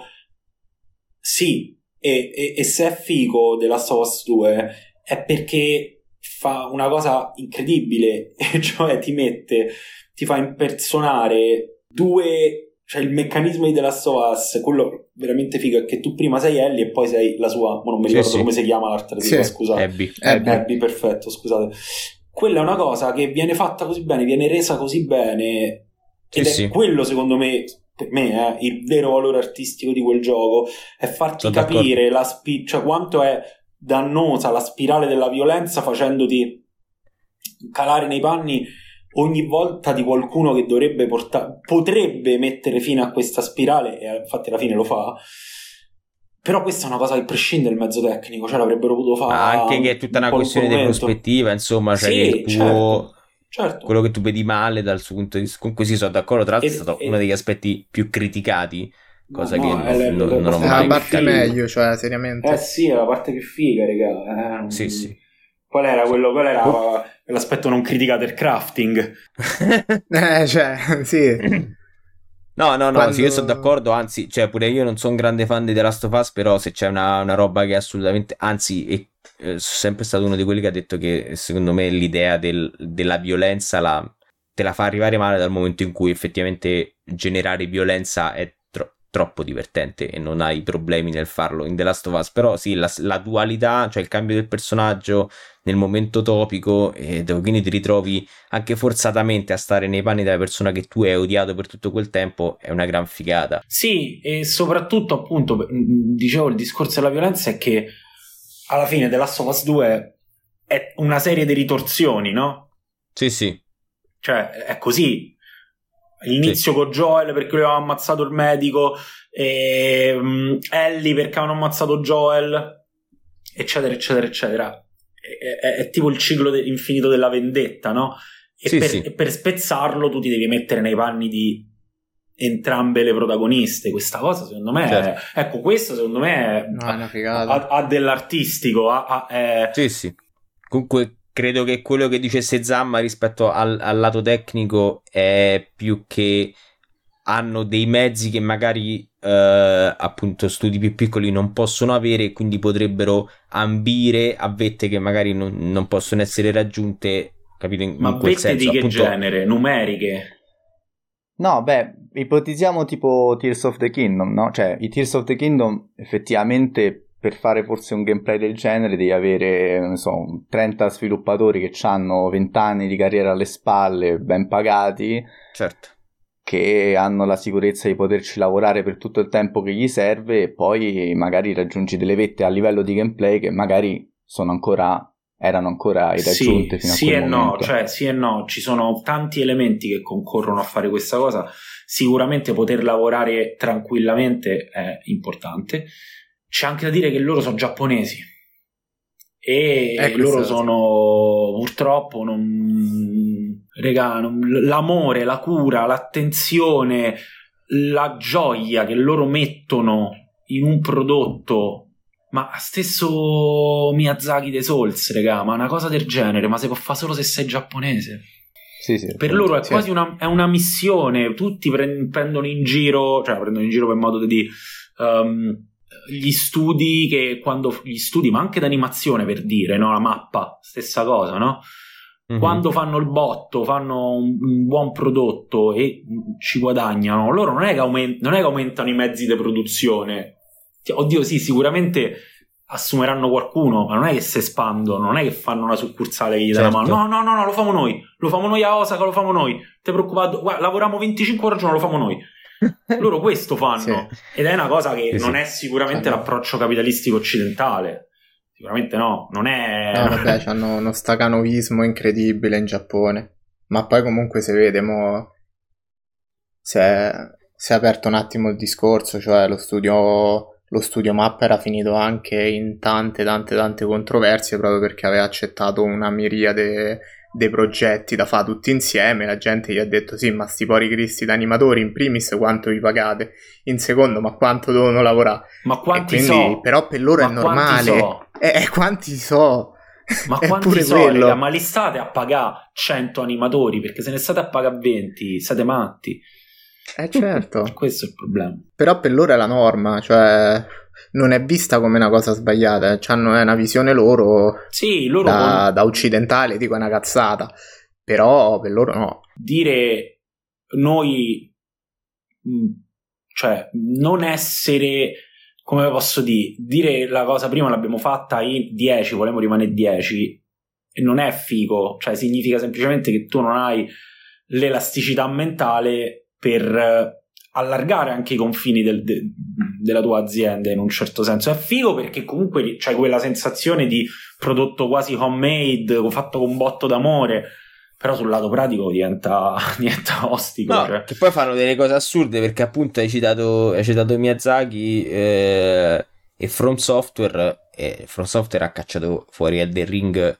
Sì, e, e, e se è figo The Last of Us due è perché fa una cosa incredibile, cioè ti mette, ti fa impersonare due, cioè il meccanismo di The Last of Us, quello veramente figo è che tu prima sei Ellie e poi sei la sua, ma non mi ricordo sì, come sì. si chiama l'altra tipa, sì. scusate. Abby. Abby. Abby, perfetto, scusate. Quella è una cosa che viene fatta così bene, viene resa così bene, ed sì, è sì. quello secondo me... per me eh, il vero valore artistico di quel gioco è farti Sono capire la spi- cioè quanto è dannosa la spirale della violenza, facendoti calare nei panni ogni volta di qualcuno che dovrebbe portare potrebbe mettere fine a questa spirale, e infatti alla fine lo fa. Però questa è una cosa che prescinde dal mezzo tecnico, cioè l'avrebbero potuto fare ah, anche che è tutta una questione di prospettiva, insomma, cioè sì, che il tuo certo. Certo. quello che tu vedi male dal suo punto di vista, comunque sì, sono d'accordo, tra l'altro è stato e, uno degli aspetti più criticati, cosa no, che no, non, è, non, non ho mai la parte meglio, cioè seriamente eh sì, è la parte più figa, raga. Eh, sì sì qual era quello qual era oh. l'aspetto non criticato del crafting eh cioè sì no no no Quando... sì, io sono d'accordo, anzi cioè pure io non sono un grande fan di The Last of Us, però se c'è una, una roba che assolutamente anzi è sono sempre stato uno di quelli che ha detto che secondo me l'idea del, della violenza la, te la fa arrivare male dal momento in cui effettivamente generare violenza è tro- troppo divertente e non hai problemi nel farlo in The Last of Us. Però sì, la, la dualità, cioè il cambio del personaggio nel momento topico, e quindi ti ritrovi anche forzatamente a stare nei panni della persona che tu hai odiato per tutto quel tempo, è una gran figata. Sì, e soprattutto appunto dicevo il discorso della violenza è che alla fine The Last of Us due è una serie di ritorsioni, no? Sì, sì. Cioè, è così. L'inizio sì. con Joel perché lui aveva ammazzato il medico, e um, Ellie perché avevano ammazzato Joel, eccetera, eccetera, eccetera. È, è, è tipo il ciclo de- infinito della vendetta, no? E, sì, per, sì. e per spezzarlo tu ti devi mettere nei panni di entrambe le protagoniste. Questa cosa secondo me certo. è, ecco questo secondo me è, no, è una figata. ha, ha dell'artistico ha, ha, è... sì sì comunque credo che quello che dicesse Zamma rispetto al, al lato tecnico è più che hanno dei mezzi che magari eh, appunto studi più piccoli non possono avere, e quindi potrebbero ambire a vette che magari non, non possono essere raggiunte, capito? In, ma in quel vette senso, di che appunto... genere? Numeriche? No, beh, ipotizziamo tipo Tears of the Kingdom, no? Cioè, i Tears of the Kingdom effettivamente per fare forse un gameplay del genere devi avere, non so, trenta sviluppatori che hanno venti anni di carriera alle spalle, ben pagati, certo, che hanno la sicurezza di poterci lavorare per tutto il tempo che gli serve, e poi magari raggiungi delle vette a livello di gameplay che magari sono ancora... erano ancora irraggiunte sì, fino a sì quel e momento. no, cioè sì e no, ci sono tanti elementi che concorrono a fare questa cosa. Sicuramente poter lavorare tranquillamente è importante. C'è anche da dire che loro sono giapponesi e ecco loro sono purtroppo non, regà, non, l'amore, la cura, l'attenzione, la gioia che loro mettono in un prodotto. Ma stesso Miyazaki dei Souls, regà, ma una cosa del genere, ma si può fare solo se sei giapponese. Sì, sì, per appunto, loro è sì. quasi una, è una missione. Tutti pre- prendono in giro, cioè prendono in giro per modo di um, gli studi che quando gli studi, ma anche d'animazione per dire, no? La mappa, stessa cosa, no? Mm-hmm. Quando fanno il botto, fanno un, un buon prodotto e ci guadagnano, loro non è che, aument- non è che aumentano i mezzi di produzione. Oddio, sì, sicuramente assumeranno qualcuno, ma non è che si espandono, non è che fanno una succursale che gli danno certo. mano. No, no, no, no, lo famo noi. Lo famo noi a Osaka, lo famo noi. Te preoccupato, guarda, lavoriamo venticinque ore al giorno, lo famo noi. Loro questo fanno. Sì. Ed è una cosa che sì, non sì. è sicuramente sì. l'approccio capitalistico occidentale. Sicuramente no, non è... No, vabbè, c'hanno uno stacanovismo incredibile in Giappone. Ma poi comunque si vede, mo... si, è... si è aperto un attimo il discorso, cioè lo studio... Lo studio mappa era finito anche in tante, tante, tante controversie proprio perché aveva accettato una miriade dei progetti da fare tutti insieme. La gente gli ha detto sì, ma sti pori cristi d'animatori in primis quanto vi pagate, in secondo ma quanto devono lavorare, ma quanti e quindi, so però per loro ma è normale so? Eh, eh, quanti so ma quanti so raga, ma li state a pagare cento animatori perché se ne state a pagare venti, state matti. Eh certo, questo è il problema. Però per loro è la norma, cioè non è vista come una cosa sbagliata, eh. C'hanno è una visione loro, sì, loro da, con... da occidentale, dico è una cazzata, però per loro no. Dire noi, cioè non essere, come posso dire, dire la cosa prima l'abbiamo fatta in dieci, volevamo rimanere dieci, e non è figo, cioè significa semplicemente che tu non hai l'elasticità mentale per allargare anche i confini del, de, della tua azienda in un certo senso. È figo perché comunque c'hai quella sensazione di prodotto quasi homemade, fatto con un botto d'amore, però sul lato pratico diventa, diventa ostico. No, cioè. Che poi fanno delle cose assurde perché appunto hai citato, hai citato Miyazaki eh, e From Software, e From Software ha cacciato fuori Elden Ring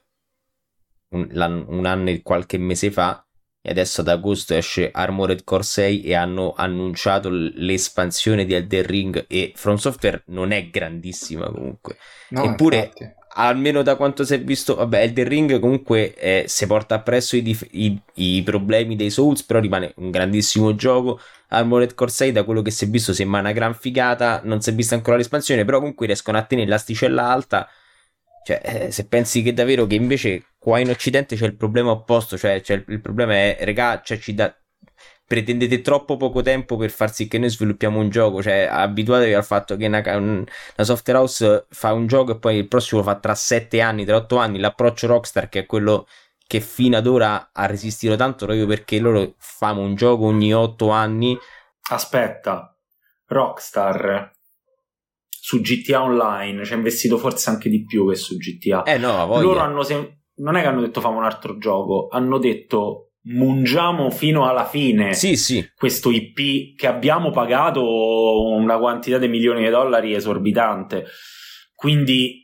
un, un anno e qualche mese fa, e adesso ad agosto esce Armored Core sei e hanno annunciato l'espansione di Elden Ring, e From Software non è grandissima comunque, no, eppure infatti. Almeno da quanto si è visto, vabbè, Elden Ring comunque eh, si porta appresso i, dif- i, i problemi dei Souls, però rimane un grandissimo gioco. Armored Core sei, da quello che si è visto, sembra una gran figata, non si è vista ancora l'espansione, però comunque riescono a tenere l'asticella alta. Cioè, eh, se pensi che davvero che invece qua in Occidente c'è il problema opposto, cioè, cioè il, il problema è, regà, cioè ci dà, pretendete troppo poco tempo per far sì che noi sviluppiamo un gioco, cioè abituatevi al fatto che una, una software house fa un gioco e poi il prossimo lo fa tra sette anni, tra otto anni. L'approccio Rockstar, che è quello che fino ad ora ha resistito tanto, proprio perché loro fanno un gioco ogni otto anni. Aspetta, Rockstar su G T A Online ci ha investito forse anche di più che su G T A. Eh no, voglia. Loro hanno sem- non è che hanno detto famo un altro gioco, hanno detto mungiamo fino alla fine sì, sì. questo I P che abbiamo pagato una quantità di milioni di dollari esorbitante, quindi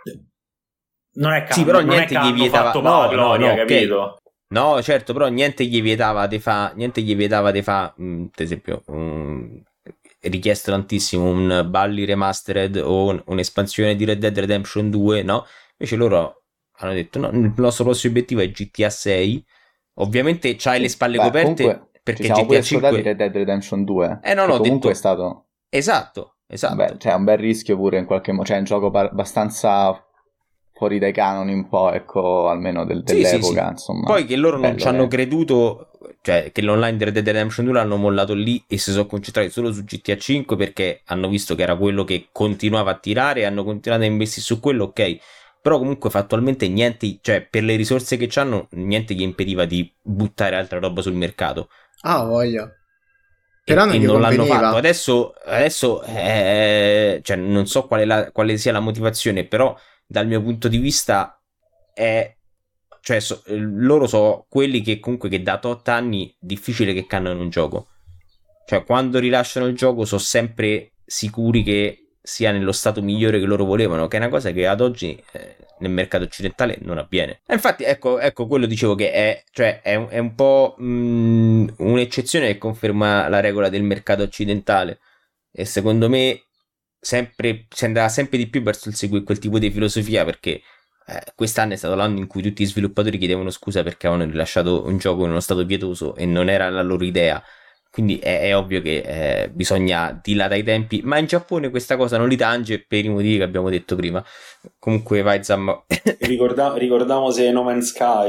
non è che sì, però non niente è che gli vietava fatto no, gloria, no, capito? Okay. No, certo, però niente gli vietava di fa, niente gli vietava di fa, mh, per esempio, um, richiesto tantissimo un Bully Remastered o un, un'espansione di Red Dead Redemption due, no? Invece loro hanno detto no, il nostro prossimo obiettivo è G T A sei. Ovviamente c'hai sì, le spalle beh, coperte perché G T A cinque di Red Dead Redemption due. Eh no, no, comunque detto... è stato esatto, esatto. Beh, c'è un bel rischio pure in qualche modo, cioè è un gioco abbastanza fuori dai canoni un po', ecco, almeno del, dell'epoca, sì, sì, sì. Insomma. Poi che loro non ci hanno è. creduto, cioè che l'online di Red Dead Redemption due l'hanno mollato lì e si sono concentrati solo su G T A cinque perché hanno visto che era quello che continuava a tirare e hanno continuato a investire su quello, ok. Però comunque fattualmente niente, cioè per le risorse che c'hanno, niente gli impediva di buttare altra roba sul mercato. Ah, voglia. Però e, non, e gli non l'hanno conveniva. fatto. Adesso, adesso eh, cioè non so quale, la, quale sia la motivazione, però dal mio punto di vista è, cioè so, loro sono quelli che comunque che da tot anni difficile che cannano un gioco. Cioè quando rilasciano il gioco sono sempre sicuri che sia nello stato migliore che loro volevano, che è una cosa che ad oggi eh, nel mercato occidentale non avviene. E infatti ecco, ecco quello dicevo che è, cioè, è, un, è un po' mh, un'eccezione che conferma la regola del mercato occidentale, e secondo me sempre, si andrà sempre di più verso il seguire quel tipo di filosofia, perché eh, quest'anno è stato l'anno in cui tutti gli sviluppatori chiedevano scusa perché avevano rilasciato un gioco in uno stato pietoso e non era la loro idea. Quindi è, è ovvio che eh, bisogna dilatare i tempi, ma in Giappone questa cosa non li tange per i motivi che abbiamo detto prima. Comunque vai Zam. Ricorda- ricordiamo se No Man's Sky.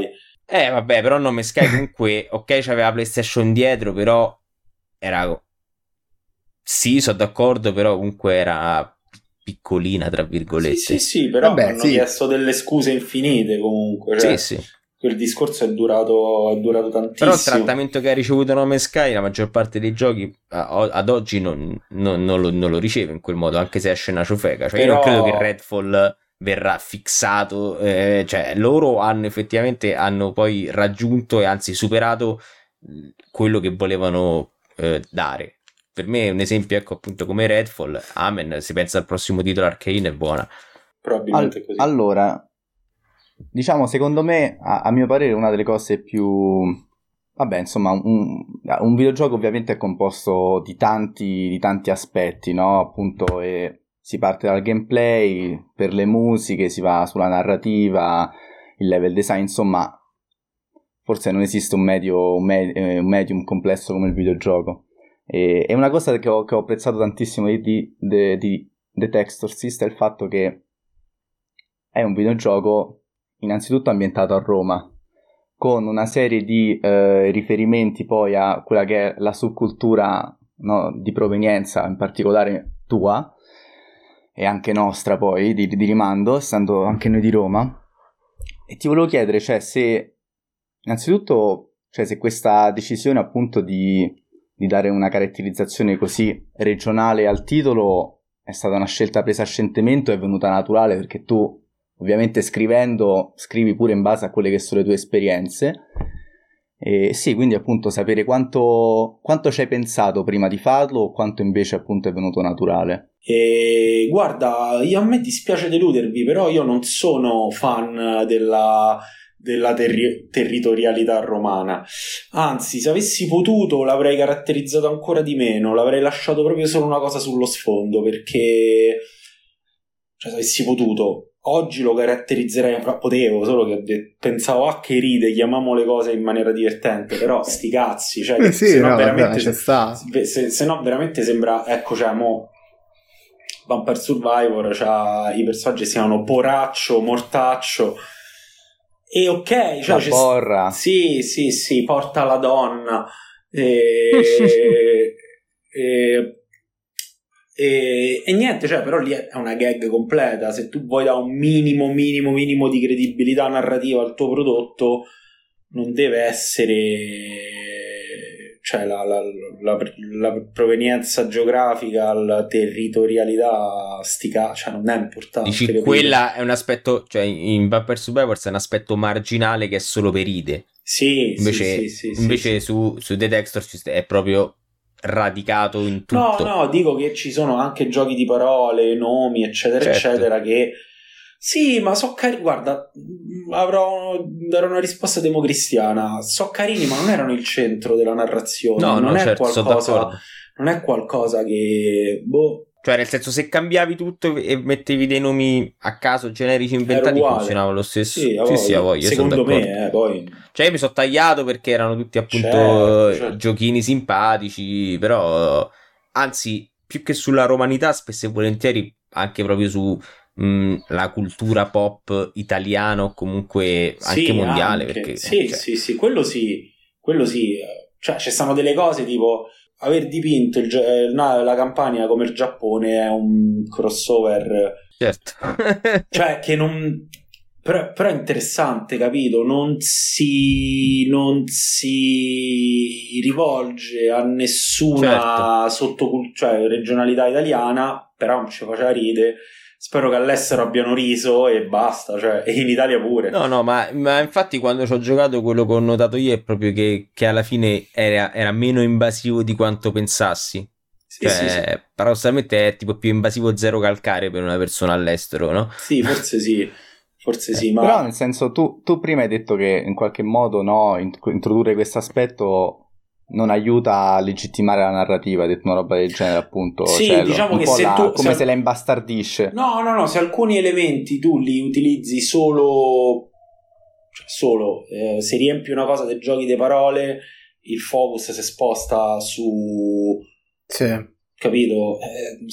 Eh vabbè, però No Man's Sky comunque, ok, c'aveva PlayStation dietro, però era... Sì, sono d'accordo, però comunque era piccolina, tra virgolette. Sì, sì, sì, però Vabbè, hanno sì. chiesto delle scuse infinite comunque. Cioè, Sì, sì. quel discorso è durato, è durato tantissimo. Però il trattamento che ha ricevuto No Man's Sky, la maggior parte dei giochi a- ad oggi non, non- non lo, non lo riceve in quel modo, anche se esce una ciofeca. Cioè, Però- io non credo che Redfall verrà fissato, eh, cioè loro hanno effettivamente hanno poi raggiunto e anzi superato mh, quello che volevano eh, dare. Per me un esempio, ecco, appunto come Redfall, amen, si pensa al prossimo titolo Arcane, è buona. Probabilmente Al- così. allora, diciamo, secondo me, a, a mio parere, una delle cose più... Vabbè, insomma, un, un videogioco ovviamente è composto di tanti, di tanti aspetti, no? Appunto, e si parte dal gameplay, per le musiche, si va sulla narrativa, il level design, insomma, forse non esiste un, medio, un, me- eh, un medium complesso come il videogioco. E, e una cosa che ho, che ho apprezzato tantissimo di, di, di, di The Textorcist è il fatto che è un videogioco innanzitutto ambientato a Roma, con una serie di eh, riferimenti poi a quella che è la subcultura, no, di provenienza, in particolare tua, e anche nostra poi, di, di rimando, essendo anche noi di Roma. E ti volevo chiedere, cioè, se innanzitutto, cioè, se questa decisione appunto di, di dare una caratterizzazione così regionale al titolo è stata una scelta presa a scentimento, è venuta naturale, perché tu ovviamente scrivendo scrivi pure in base a quelle che sono le tue esperienze. E sì, quindi appunto sapere quanto, quanto ci hai pensato prima di farlo o quanto invece appunto è venuto naturale. E guarda, io, a me dispiace deludervi, però io non sono fan della, della terri- territorialità romana. Anzi, se avessi potuto l'avrei caratterizzato ancora di meno, l'avrei lasciato proprio solo una cosa sullo sfondo, perché, cioè, se avessi potuto, oggi lo caratterizzerei, potevo, solo che ho detto, pensavo, ah, che ride, chiamiamo le cose in maniera divertente, però sti cazzi, cioè, Eh sì, se no no, veramente vabbè, c'è sta. se, se, se no veramente sembra, ecco, cioè, mo Vampire Survivor, c'ha, i personaggi si chiamano Poraccio, Mortaccio, e ok, cioè, La porra. sì, sì, sì, porta la donna, e, e, e, e niente, cioè, però lì è una gag completa. Se tu vuoi dare un minimo, minimo, minimo di credibilità narrativa al tuo prodotto, non deve essere, cioè, la, la, la, la provenienza geografica, la territorialità, stica, cioè, non è importante. Dici, capito? quella è un aspetto, cioè in Vampire Survivors è un aspetto marginale che è solo per ide. Sì, Invece, sì, sì, sì, invece sì, su, su The Textorcist è proprio radicato in no, tutto. no, dico che ci sono anche giochi di parole, nomi, eccetera, Certo. eccetera, che sì, ma so carini. Guarda, avrò darò una risposta democristiana. So carini, ma non erano il centro della narrazione. No, non no, è certo, sono qualcosa, d'accordo. non è qualcosa che boh, Cioè, nel senso, se cambiavi tutto e mettevi dei nomi a caso generici era inventati, uguale. funzionava lo stesso. Sì, a Sì, sì, a voglia. voglia, io sono Secondo d'accordo. me, eh, poi Cioè, io mi sono tagliato perché erano tutti appunto Certo, eh, certo. giochini simpatici, però anzi, più che sulla romanità, spesso e volentieri anche proprio su mh, la cultura pop italiana o comunque anche sì, mondiale, anche. perché Sì, cioè, sì, sì, quello sì, quello sì. Cioè, ci stanno delle cose tipo aver dipinto il, gio- eh, na- la Campania come il Giappone è un crossover, certo. cioè che non, però, però è interessante, capito? Non si non si rivolge a nessuna sottocul- cioè regionalità italiana, però non ci faceva ride. Spero che all'estero abbiano riso e basta, cioè, e in Italia pure. No, no, ma, ma infatti quando ci ho giocato quello che ho notato io è proprio che, che alla fine era, era meno invasivo di quanto pensassi. Sì, Cioè, sì, sì. paradossalmente è tipo più invasivo zero calcare per una persona all'estero, no? Sì, forse sì, forse sì, ma Però nel senso tu, tu prima hai detto che in qualche modo no, int- introdurre questo aspetto non aiuta a legittimare la narrativa, hai detto una roba del genere appunto, sì, cioè, diciamo un che po' se la- tu come se- se la imbastardisce. no, no, no, se alcuni elementi tu li utilizzi solo, cioè solo, eh, se riempi una cosa dei giochi di parole, il focus si sposta su, Sì. capito? Eh,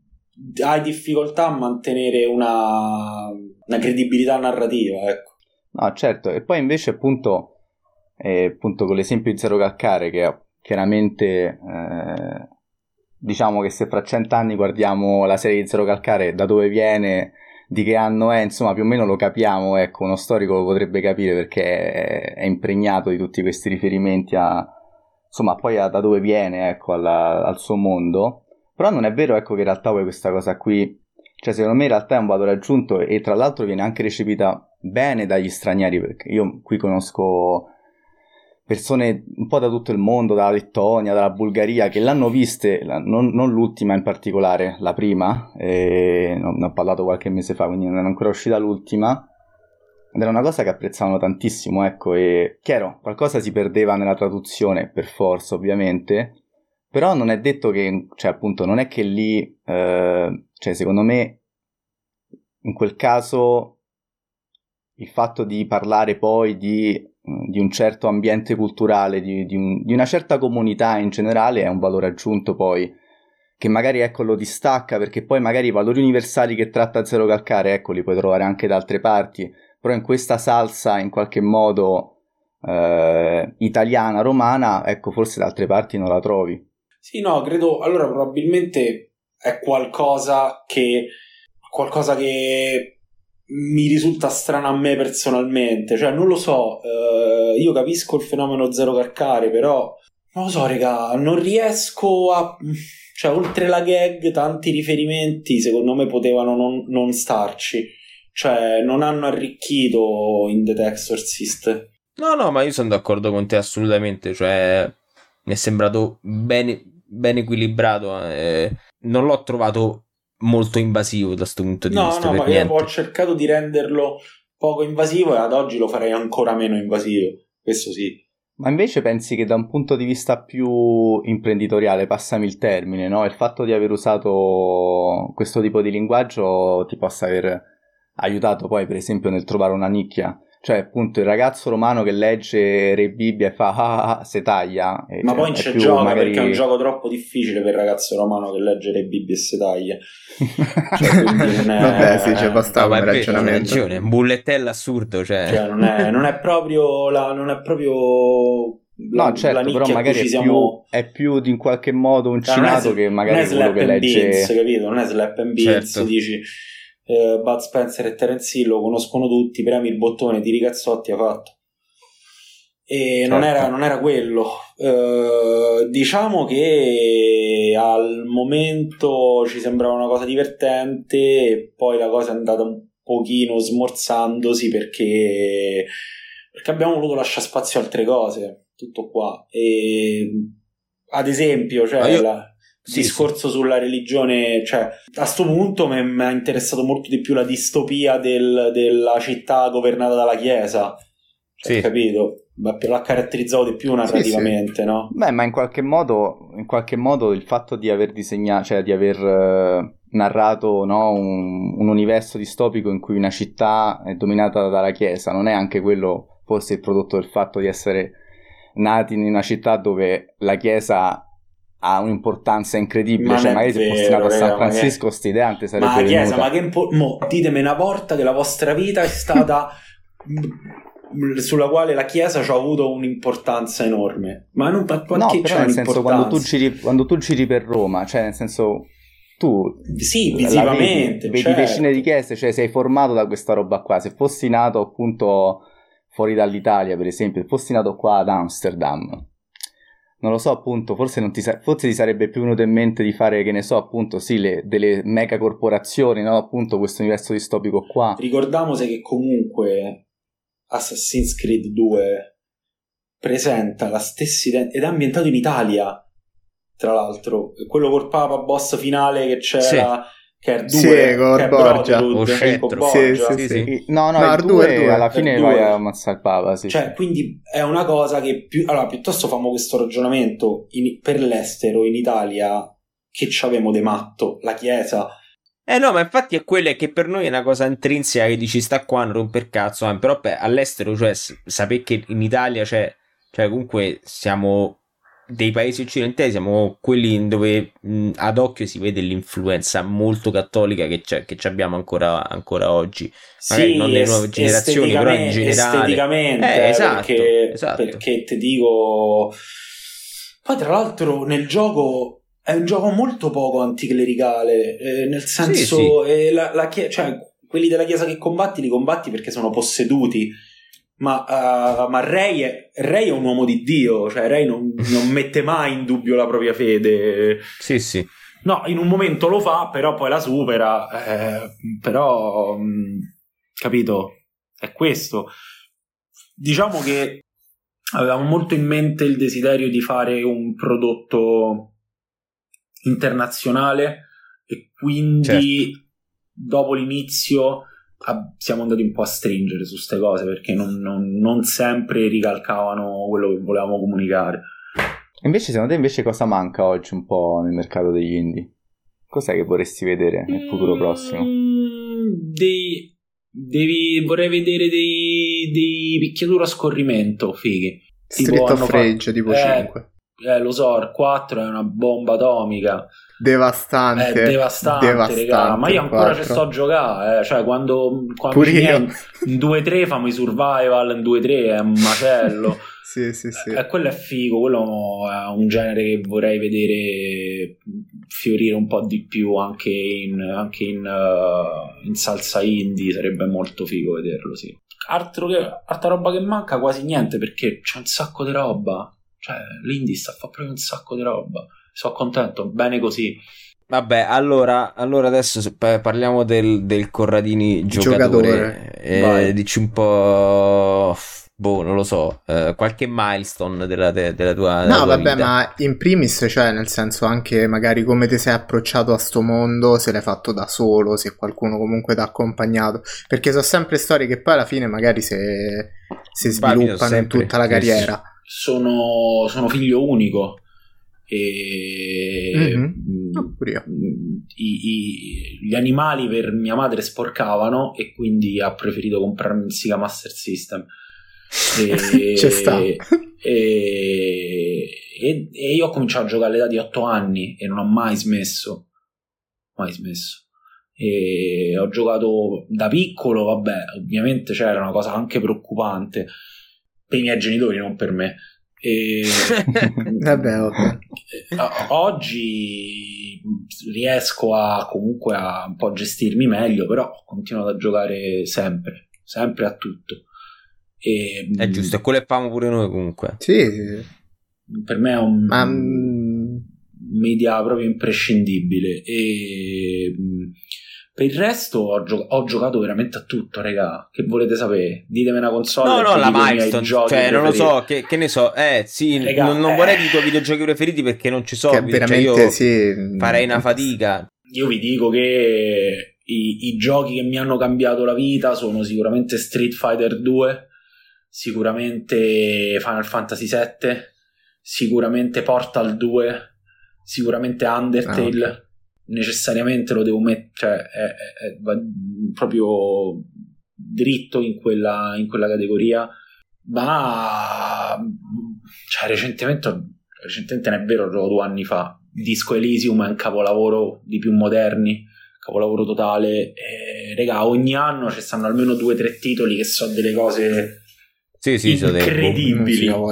s- hai difficoltà a mantenere una, una credibilità narrativa, ecco. No, certo, e poi invece appunto, eh, appunto con l'esempio di Zero Calcare, che chiaramente eh, diciamo che se fra cent'anni guardiamo la serie di Zero Calcare, da dove viene, di che anno è, insomma più o meno lo capiamo, ecco, uno storico lo potrebbe capire perché è, è impregnato di tutti questi riferimenti a, insomma, poi a, da dove viene, ecco, alla, al suo mondo. Però non è vero, ecco, che in realtà poi questa cosa qui, cioè secondo me in realtà è un valore aggiunto e tra l'altro viene anche recepita bene dagli stranieri, perché io qui conosco persone un po' da tutto il mondo, dalla Lettonia, dalla Bulgaria, che l'hanno viste, non, non l'ultima in particolare, la prima, e ne ho parlato qualche mese fa, quindi non è ancora uscita l'ultima, ed era una cosa che apprezzavano tantissimo, ecco, e chiaro, qualcosa si perdeva nella traduzione, per forza ovviamente, però non è detto che, cioè appunto, non è che lì, eh, cioè secondo me, in quel caso, il fatto di parlare poi di, di un certo ambiente culturale, di, di, un, di una certa comunità in generale, è un valore aggiunto poi, che magari ecco lo distacca, perché poi magari i valori universali che tratta Zero Calcare, ecco, li puoi trovare anche da altre parti, però in questa salsa in qualche modo eh, italiana, romana, ecco, forse da altre parti non la trovi. Sì, no, credo, allora probabilmente è qualcosa che qualcosa che mi risulta strano a me personalmente, cioè non lo so, eh, io capisco il fenomeno Zero Calcare, però non lo so, raga, non riesco a, cioè oltre la gag tanti riferimenti secondo me potevano non, non starci, cioè non hanno arricchito in The Exorcist. No, no, ma io sono d'accordo con te assolutamente, cioè mi è sembrato ben, ben equilibrato, eh. Non l'ho trovato molto invasivo da questo punto di no, vista. No, per ma niente. Io ho cercato di renderlo poco invasivo e ad oggi lo farei ancora meno invasivo, questo sì. Ma invece pensi che da un punto di vista più imprenditoriale, passami il termine, no? Il fatto di aver usato questo tipo di linguaggio ti possa aver aiutato poi per esempio nel trovare una nicchia? Cioè appunto il ragazzo romano che legge Re Bibbia e fa ah ah se taglia. Ma cioè, poi c'è più, gioca magari... perché è un gioco troppo difficile per il ragazzo romano che legge Re Bibbia e se taglia. Cioè, non è... Vabbè sì, c'è bastava no, un ragionamento. Ragione, un bullettello assurdo. Cioè, cioè non, è, non è proprio la, non è proprio la, no certo, la però magari è, siamo... più, è più di in qualche modo uncinato cioè, che magari quello che legge beans, capito? Non è slap and beans, certo. Dici Uh, Bud Spencer e Terence Hill lo conoscono tutti, premi il bottone, tiri cazzotti, ha fatto. E certo. non, era, non era quello. Uh, diciamo che al momento ci sembrava una cosa divertente e poi la cosa è andata un pochino smorzandosi perché, perché abbiamo voluto lasciare spazio a altre cose. Tutto qua. E, ad esempio, cioè io... la... Sì, discorso sì. Sulla religione, cioè a sto punto mi ha interessato molto di più la distopia del, della città governata dalla Chiesa, cioè, sì. Capito? L'ha caratterizzato di più narrativamente, sì, sì. No? Beh, ma in qualche modo in qualche modo il fatto di aver disegnato, cioè di aver uh, narrato, no, un, un universo distopico in cui una città è dominata dalla Chiesa, non è anche quello forse il prodotto del fatto di essere nati in una città dove la Chiesa ha un'importanza incredibile, ma cioè magari se fossi nato a San Francisco sti ideante sarebbe ma Chiesa, venuta. Ma che impo- mo, ditemi una volta che la vostra vita è stata sulla quale la Chiesa ci ha avuto un'importanza enorme, ma non ma no, che però nel senso quando tu giri quando tu giri per Roma, cioè nel senso tu sì, visivamente vedi, certo. vedi decine di chiese, cioè sei formato da questa roba qua. Se fossi nato appunto fuori dall'Italia, per esempio, se fossi nato qua ad Amsterdam, non lo so, appunto, forse non ti sa- forse ti sarebbe più venuto in mente di fare, che ne so, appunto, sì, le, delle mega corporazioni, no? Appunto, questo universo distopico qua. Ricordiamoci che comunque Assassin's Creed due presenta la stessa identità ed è ambientato in Italia, tra l'altro. Quello col Papa boss finale che c'era... Sì. Che è due, sì, che è Borgia. Brotherhood, sì, sì, sì, sì. No, no, no il due alla fine vai a ammazzare il Papa, sì, cioè, sì. Quindi è una cosa che più... Allora, piuttosto famo questo ragionamento in... per l'estero, in Italia, che c'avemo de matto, la Chiesa. Eh no, ma infatti è quello che per noi è una cosa intrinseca che dici sta qua, non romper cazzo, eh, però beh, all'estero, cioè, sapere che in Italia, cioè, cioè comunque siamo dei paesi occidentali siamo quelli dove mh, ad occhio si vede l'influenza molto cattolica che, c'è, che abbiamo ancora, ancora oggi. Magari sì, non nelle nuove generazioni, però in generale. Esteticamente, eh, esatto, perché, esatto. perché ti dico... Poi tra l'altro nel gioco è un gioco molto poco anticlericale, eh, nel senso sì, sì. Eh, la, la chie- cioè, quelli della chiesa che combatti li combatti perché sono posseduti, ma, uh, ma Rey, è, Rey è un uomo di Dio, cioè Rey non, non mette mai in dubbio la propria fede. Sì, sì. No, in un momento lo fa, però poi la supera, eh, però mh, capito, è questo. Diciamo che avevamo molto in mente il desiderio di fare un prodotto internazionale e quindi certo. Dopo l'inizio siamo andati un po' a stringere su queste cose perché non, non, non sempre ricalcavano quello che volevamo comunicare. Invece secondo te invece cosa manca oggi un po' nel mercato degli indie? Cos'è che vorresti vedere nel futuro prossimo? Mm, dei, devi, vorrei vedere dei, dei picchiatura a scorrimento fighi. Street of Rage tipo eh, cinque. Eh, lo so, il quattro è una bomba atomica. Devastante. È devastante, devastante regà. Ma io ancora ci sto a giocare. Eh. Cioè, quando, quando Pure io. in due tre famo i survival, in due tre è un macello. Sì, sì, sì. Eh, quello è figo, quello è un genere che vorrei vedere fiorire un po' di più anche in, anche in, uh, in salsa indie, sarebbe molto figo vederlo, sì. Altro che, altra roba che manca quasi niente perché c'è un sacco di roba. Cioè, l'indie sta a fare proprio un sacco di roba. Sono contento, bene così. Vabbè, allora, allora adesso parliamo del, del Corradini giocatore. giocatore. Eh, dici un po'... Boh, non lo so, eh, qualche milestone della, della tua, della no, tua vabbè, vita. Ma in primis, cioè, nel senso anche magari come ti sei approcciato a sto mondo, se l'hai fatto da solo, se qualcuno comunque ti ha accompagnato, perché sono sempre storie che poi alla fine magari se, si sviluppano sempre, in tutta la carriera. Sono, sono figlio unico e mm-hmm. oh, i, i, gli animali per mia madre sporcavano e quindi ha preferito comprarmi il Sega Master System. E, c'è sta e, e, e io ho cominciato a giocare all'età di otto anni e non ho mai smesso mai smesso e ho giocato da piccolo, vabbè, ovviamente c'era una cosa anche preoccupante per i miei genitori, non per me, e vabbè, vabbè. Oggi riesco a comunque a un po' gestirmi meglio, però ho continuato a giocare sempre sempre a tutto. E, è giusto, e quello che famo pure noi comunque. Sì, sì. Per me è un um... media proprio imprescindibile e per il resto ho, gio- ho giocato veramente a tutto, raga. Che volete sapere? Ditemi una console. No, no, la milestone, cioè preferiti. Non lo so, che, che ne so. Eh, sì, raga, non, non eh... vorrei dire i tuoi videogiochi preferiti perché non ci so. Che cioè veramente io sì. farei una fatica. Io vi dico che i, i giochi che mi hanno cambiato la vita sono sicuramente Street Fighter due, sicuramente Final Fantasy sette, sicuramente Portal due, sicuramente Undertale. Ah, okay. Necessariamente lo devo mettere, cioè è, è, è, va proprio dritto in quella, in quella categoria. Ma cioè recentemente recentemente non è vero, lo due anni fa Disco Elysium è un capolavoro di più moderni, capolavoro totale. E, regà, ogni anno ci stanno almeno due o tre titoli che sono delle cose sì, sì, incredibili. So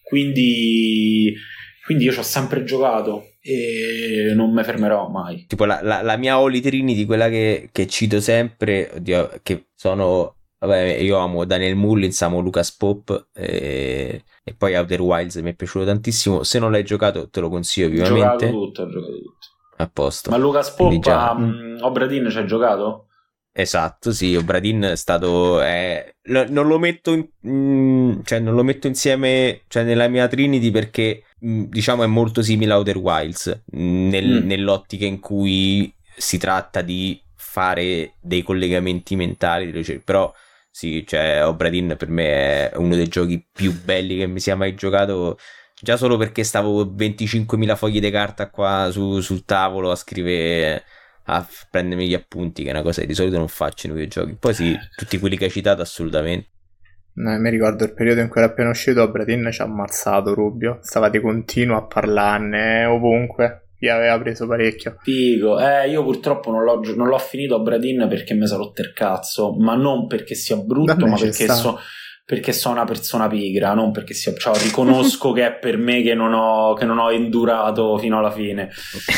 quindi quindi io ci ho sempre giocato e non mi fermerò mai. Tipo la, la, la mia Holy Trinity, quella che, che cito sempre, oddio, che sono, vabbè, io amo Daniel Mullins, amo Lucas Pope e, e poi Outer Wilds mi è piaciuto tantissimo. Se non l'hai giocato te lo consiglio vivamente. Ho giocato tutto, ho giocato tutto. A posto. Ma Lucas Pope già... um, Obra Dinn ci hai giocato? Esatto, sì, Obra Dinn è stato eh, lo, non lo metto in, mm, cioè non lo metto insieme, cioè nella mia Trinity perché mh, diciamo è molto simile a Outer Wilds nel, mm. nell'ottica in cui si tratta di fare dei collegamenti mentali, però sì, cioè Obra Dinn per me è uno dei giochi più belli che mi sia mai giocato, già solo perché stavo venticinquemila fogli di carta qua su, sul tavolo a scrivere, a prendermi gli appunti, che è una cosa che di solito non faccio nei videogiochi. Poi sì, tutti quelli che hai citato assolutamente. No, mi ricordo il periodo in cui era appena uscito Obradin ci ha ammazzato Rubio, stava di continuo a parlarne ovunque, gli aveva preso parecchio. Figo, eh, io purtroppo non l'ho, non l'ho finito Obradin perché mi sono rotto il cazzo, ma non perché sia brutto, ma perché so, perché sono una persona pigra, non perché sia, cioè, riconosco che è per me che non ho, che non ho endurato fino alla fine.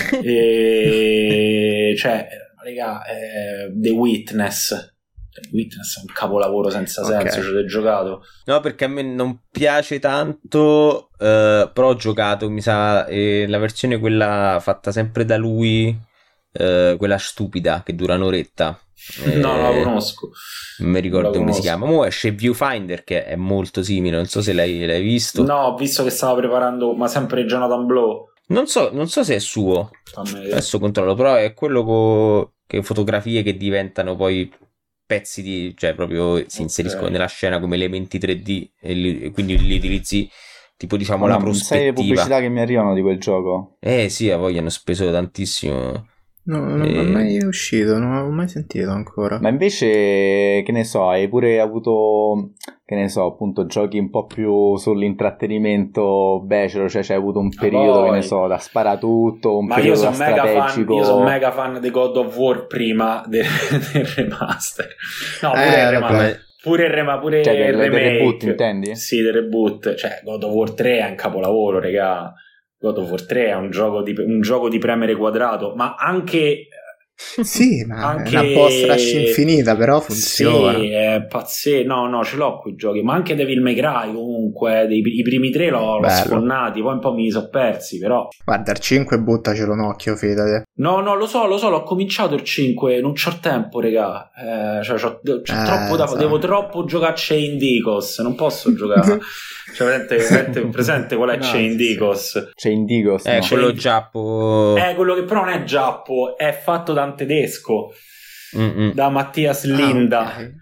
E, cioè, raga, eh, The Witness Witness è un capolavoro senza senso, okay. Ci avete giocato? No, perché a me non piace tanto, eh, però ho giocato, mi sa, eh, la versione quella fatta sempre da lui, eh, quella stupida che dura un'oretta. Eh, no, non la conosco. Non mi ricordo come si chiama. Mo esce Viewfinder che è molto simile, non so se l'hai, l'hai visto. No, ho visto che stava preparando, ma sempre Jonathan Blow. Non so, non so se è suo, adesso controllo, però è quello con che fotografie che diventano poi pezzi di, cioè proprio si inseriscono okay. nella scena come elementi tre D e, li, e quindi li utilizzi tipo diciamo oh, la prospettiva. Sai le pubblicità che mi arrivano di quel gioco? Eh sì, a voi hanno speso tantissimo. No, non e... è mai uscito, non l'avevo mai sentito ancora. Ma invece, che ne so, hai pure avuto, che ne so, appunto, giochi un po' più sull'intrattenimento becero, cioè c'hai avuto un periodo, oh, che ne so, da sparatutto, un ma periodo io da strategico. Fan, io sono mega fan di God of War prima del, del remaster. No, pure eh, il remaster. Pure il, rema, pure cioè, il del, remake. Del reboot, intendi? Sì, del reboot. Cioè, God of War tre è un capolavoro, regà. God of War tre è un gioco di, un gioco di premere quadrato, ma anche... Sì, ma anche... è una boss rush infinita, però funziona. Sì, è pazzesco. No, no, ce l'ho quei giochi. Ma anche Devil May Cry, comunque, dei, i primi tre l'ho, l'ho sfonnati, poi un po' me li sono persi, però. Guarda, il cinque buttacelo un occhio, fidate. No, no, lo so, lo so, l'ho cominciato il cinque, non c'ho tempo, regà. Eh, cioè, c'ho, c'ho eh, troppo da fare, devo troppo giocare a Chain Dicos, non posso giocare. Cioè, presente, presente, presente qual è no, Chain Dicos? Chain Dicos, eh, no. quello giappo. È quello che però non è giappo, è fatto da un tedesco, Mm-mm. da Mattias Linda. Ah, okay.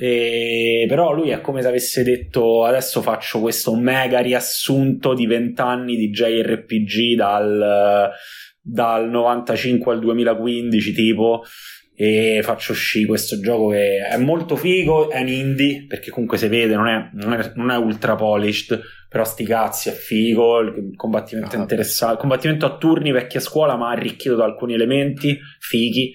E, però lui è come se avesse detto: adesso faccio questo mega riassunto di vent'anni di J R P G dal, dal novantacinque al duemilaquindici, tipo. E faccio uscire questo gioco che è molto figo, è un indie perché comunque si vede, non è, non è, non è ultra polished, però sti cazzi è figo, il combattimento è interessante, il combattimento a turni vecchia scuola ma arricchito da alcuni elementi fighi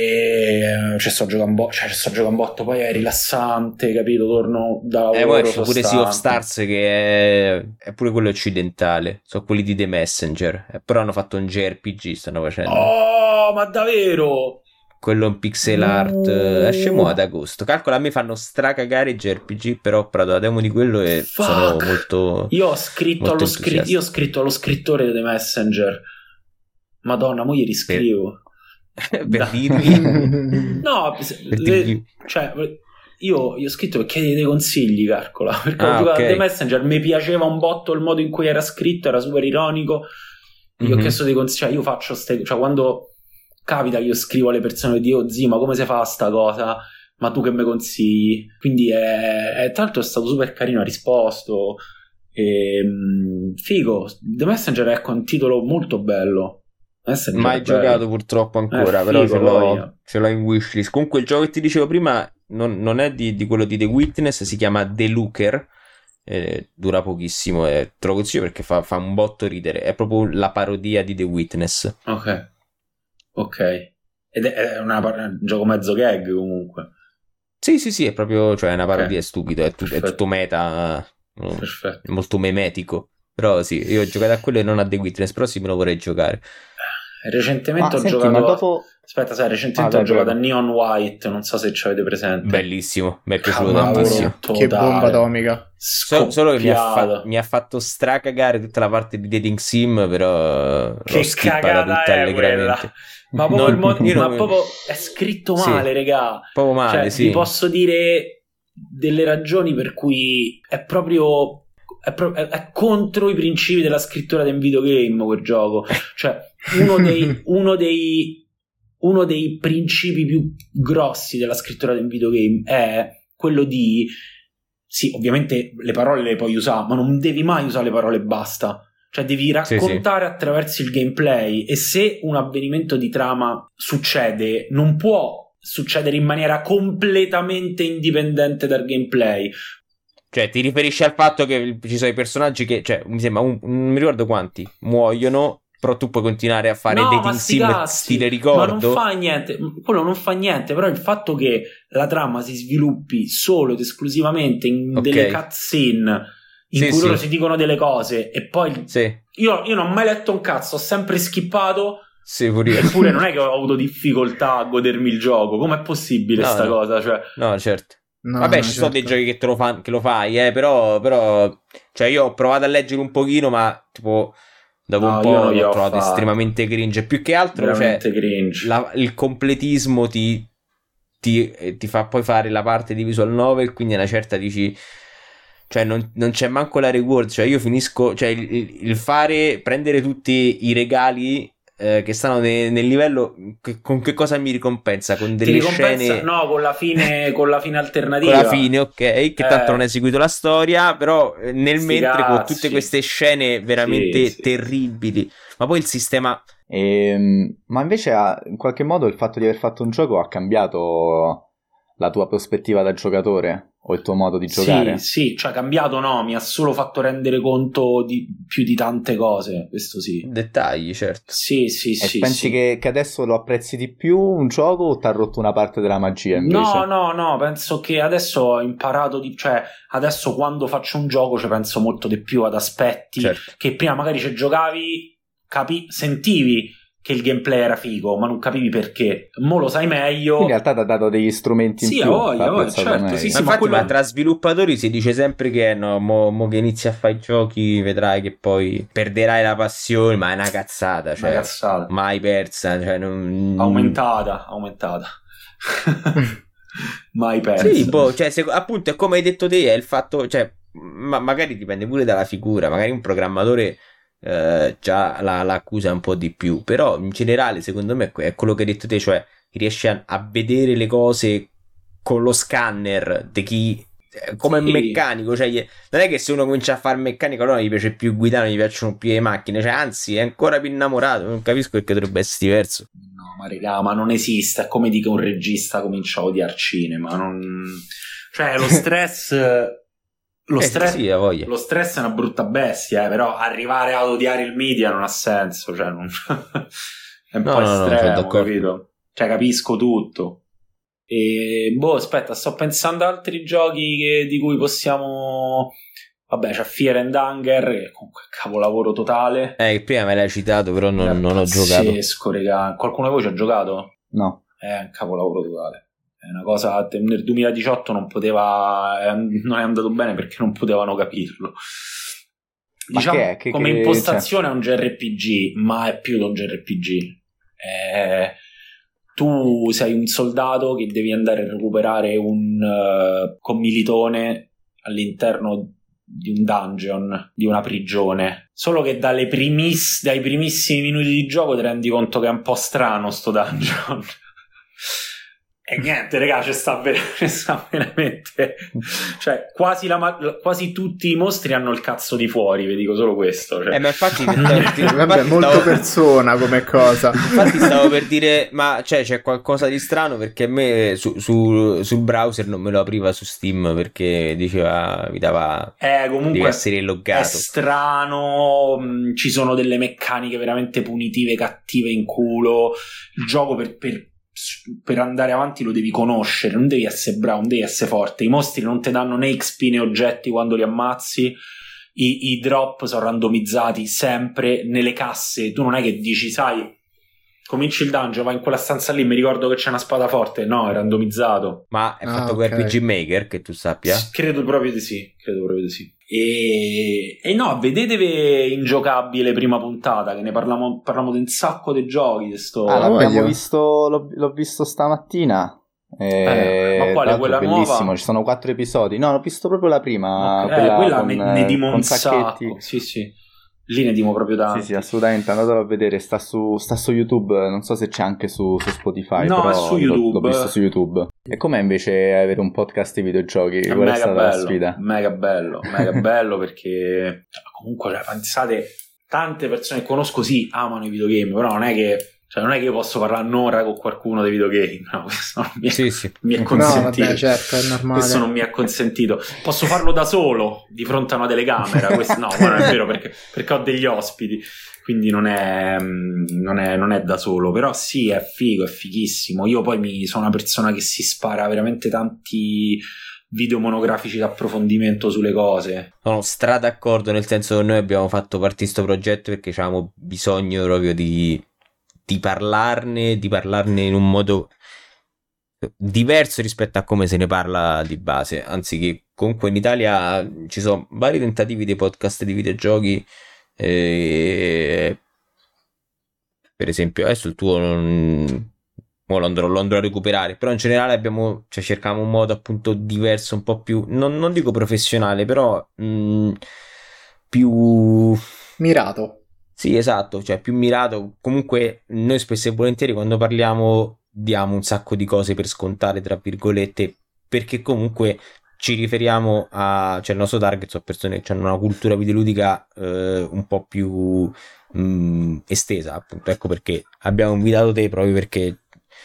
e ci sto giocando un botto, cioè ci sto giocando un botto, poi è rilassante, capito, torno da lavoro, eh, poi c'è pure Sea of Stars che è, è pure quello occidentale, sono quelli di The Messenger, eh, però hanno fatto un J R P G, stanno facendo. Oh, ma davvero? Quello in pixel art, uh, esce mo ad agosto. Calcola, a me fanno stracagare i J R P G, però ho provato la demo di quello e Fuck. sono molto io ho scritto molto allo scri- io ho scritto allo scrittore di The Messenger. Madonna, mo gli riscrivo. Per, per dirgli no, per dirgli. Le, cioè io gli ho scritto per chiedere dei consigli, calcola, perché ah, ho giocato okay. a The Messenger, mi piaceva un botto il modo in cui era scritto, era super ironico. Gli mm-hmm. ho chiesto dei consigli, cioè io faccio ste, cioè quando capita che io scrivo alle persone di oh zii ma come si fa sta cosa, ma tu che mi consigli, quindi è, è tra l'altro è stato super carino, ha risposto e, mh, figo. The Messenger è un titolo molto bello, Messenger mai giocato purtroppo ancora, è però figo, ce, l'ho, ce l'ho in wishlist. Comunque il gioco che ti dicevo prima non, non è di, di quello di The Witness, si chiama The Looker, eh, dura pochissimo e te lo consiglio perché fa, fa un botto ridere, è proprio la parodia di The Witness. Ok. Ok, ed è una, un gioco mezzo gag comunque. Sì, sì, sì, è proprio, cioè, una parodia, okay. È stupido, è, tu, è tutto meta, no? Perfetto. È molto memetico. Però sì, io ho giocato a quello e non a The Witness, però sì, me lo vorrei giocare. Recentemente ah, ho senti, giocato. Ma dopo... Aspetta, sai, recentemente ah, ho giocato a Neon White, non so se ci avete presente. Bellissimo, mi è piaciuto tantissimo. Che bomba atomica. So, solo che mi ha, fa- mi ha fatto stracagare tutta la parte di dating sim, però che l'ho skippata tutta allegramente. Ma proprio, non, il mod- ma non... proprio è scritto male, sì, regà. Proprio male, cioè, sì. Vi posso dire delle ragioni per cui è proprio è, pro- è contro i principi della scrittura del videogame quel gioco. Cioè, uno dei uno dei uno dei principi più grossi della scrittura del videogame è quello di sì, ovviamente le parole le puoi usare, ma non devi mai usare le parole e basta. Cioè devi raccontare sì, sì. attraverso il gameplay, e se un avvenimento di trama succede non può succedere in maniera completamente indipendente dal gameplay. Cioè, ti riferisci al fatto che ci sono i personaggi che, cioè, mi sembra, un, non mi ricordo quanti, muoiono, però tu puoi continuare a fare no, dating sim stile ricordo. Ma non fa niente, quello non fa niente, però il fatto che la trama si sviluppi solo ed esclusivamente in okay. delle cutscene in sì, cui sì. loro si dicono delle cose e poi sì. io, io non ho mai letto un cazzo, ho sempre skippato. Sì, pure io. Eppure non è che ho avuto difficoltà a godermi il gioco. Com'è possibile no, sta no. cosa? Cioè... No, certo. No, Vabbè, no, ci certo. sono dei giochi che te lo, fan, che lo fai, eh, però, però, cioè io ho provato a leggere un pochino, ma tipo dopo no, un po' l'ho trovato fatto. estremamente cringe. Più che altro, cioè, la, il completismo ti, ti, ti fa poi fare la parte di visual novel, quindi una certa dici, cioè non, non c'è manco la reward, cioè io finisco, cioè il, il fare, prendere tutti i regali eh, che stanno ne, nel livello, che, con che cosa mi ricompensa? Con delle scene, no, con la fine, con la fine alternativa, con la fine, ok, che eh. tanto non hai seguito la storia, però nel Sti mentre cazzi. con tutte queste scene veramente sì, sì. terribili, ma poi il sistema e, ma invece ha, in qualche modo il fatto di aver fatto un gioco ha cambiato la tua prospettiva da giocatore o il tuo modo di giocare? Sì, sì, cioè cambiato no, mi ha solo fatto rendere conto di più di tante cose, questo sì. Dettagli, certo. Sì, sì, e sì. pensi sì. Che, che adesso lo apprezzi di più un gioco o ti ha rotto una parte della magia invece? No, no, no, penso che adesso ho imparato di, cioè adesso quando faccio un gioco ci penso molto di più ad aspetti certo. che prima magari ci giocavi, capi, sentivi che il gameplay era figo, ma non capivi perché. Mo lo sai meglio. In realtà ti ha dato degli strumenti sì, in più. Voglia, voglia, certo, sì, ma sì, infatti, quello... ma tra sviluppatori si dice sempre che no, mo, mo che inizi a fare i giochi vedrai che poi perderai la passione, ma è una cazzata, cioè una cazzata. mai persa, cioè non... aumentata, aumentata. Mai persa. Sì, boh, cioè, se, appunto è come hai detto te, è il fatto, cioè, ma magari dipende pure dalla figura, magari un programmatore Uh, già la, la accusa un po' di più, però in generale secondo me è quello che hai detto te, cioè riesci a, a vedere le cose con lo scanner di chi come sì. meccanico, cioè non è che se uno comincia a fare meccanico allora gli piace più guidare, non gli piacciono più le macchine, cioè anzi è ancora più innamorato, non capisco perché dovrebbe essere diverso. No ma raga, ma non esiste, è come dico un regista comincia a odiare cinema, non... cioè lo stress Lo, eh, stress, sì, voglia. lo stress è una brutta bestia, eh, però arrivare ad odiare il media non ha senso, cioè non... è un no, po' no, estremo, no, capito? Cioè capisco tutto. E boh, aspetta, sto pensando a altri giochi che, di cui possiamo... Vabbè, c'è Fear and Hunger, che comunque è capolavoro totale. Eh, prima me l'hai citato, però non, non ho giocato. Pazzesco, regà. Qualcuno di voi ci ha giocato? No. È un capolavoro totale. È una cosa, nel duemiladiciotto non poteva, non è andato bene perché non potevano capirlo. Diciamo che è? Che, come che, impostazione cioè... è un J R P G, ma è più di un J R P G. È... tu sei un soldato che devi andare a recuperare un uh, commilitone all'interno di un dungeon, di una prigione. Solo che dalle primiss- dai primissimi minuti di gioco ti rendi conto che è un po' strano sto dungeon. E niente, raga, ci sta, ver- sta veramente. Cioè, quasi, la ma- quasi tutti i mostri hanno il cazzo di fuori, vi dico solo questo. Cioè. Eh, ma infatti, vabbè, è molto stavo... persona come cosa. Infatti, stavo per dire, ma cioè, c'è qualcosa di strano perché a me su, su, sul browser non me lo apriva su Steam perché diceva, mi dava. Eh, comunque devi essere loggato. È strano. Mh, ci sono delle meccaniche veramente punitive, cattive in culo. Il gioco per. per per andare avanti lo devi conoscere, non devi essere bravo, non devi essere forte. I mostri non ti danno né X P né oggetti quando li ammazzi, I, i drop sono randomizzati sempre nelle casse. Tu non è che dici, sai, cominci il dungeon, vai in quella stanza lì, mi ricordo che c'è una spada forte. No, è randomizzato. Ma è fatto ah, con okay. R P G Maker, che tu sappia? Credo proprio di sì, credo proprio di sì. E, e no, vedetevi Ingiocabile prima puntata, che ne parliamo, parliamo di un sacco di giochi di sto... Ah, l'abbiamo visto, l'ho, l'ho visto stamattina. E, eh, ma quale, quella bellissimo, nuova? ci sono quattro episodi. No, l'ho visto proprio la prima, okay. quella, eh, quella con, ne, ne dimo con un Sacchetti. sacco. Sì, sì. Lì ne dimo proprio tanti. Sì, sì, assolutamente, andatelo a vedere, sta su, sta su YouTube, non so se c'è anche su, su Spotify, no, però è su YouTube. L'ho, l'ho visto su YouTube. E com'è invece avere un podcast di videogiochi? È Qual è mega stata bello, la sfida? Mega bello, mega bello perché comunque, cioè, pensate, tante persone che conosco sì, amano i videogame, però non è che Cioè non è che io posso parlare un'ora con qualcuno dei videogame, no, questo non mi è, sì, sì. mi è consentito. No, vabbè, certo, è normale. Questo non mi è consentito. Posso farlo da solo, di fronte a una telecamera, questo, no, non è vero, perché, perché ho degli ospiti, quindi non è, non, è, non è da solo, però sì, è figo, è fighissimo. Io poi mi, sono una persona che si spara veramente tanti video monografici d'approfondimento sulle cose. Sono stra d'accordo, nel senso che noi abbiamo fatto partire sto progetto perché avevamo bisogno proprio di... di parlarne, di parlarne in un modo diverso rispetto a come se ne parla di base, anzi che comunque in Italia ci sono vari tentativi di podcast di videogiochi, eh, per esempio adesso il tuo non lo andrò, lo andrò a recuperare, però in generale abbiamo, cioè, cerchiamo un modo appunto diverso, un po' più, non, non dico professionale, però mh, più mirato. Sì, esatto, cioè più mirato. Comunque noi spesso e volentieri quando parliamo diamo un sacco di cose per scontate, tra virgolette, perché comunque ci riferiamo a, cioè il nostro target sono persone che hanno una cultura videoludica eh, un po' più mh, estesa, appunto. Ecco perché abbiamo invitato te, proprio perché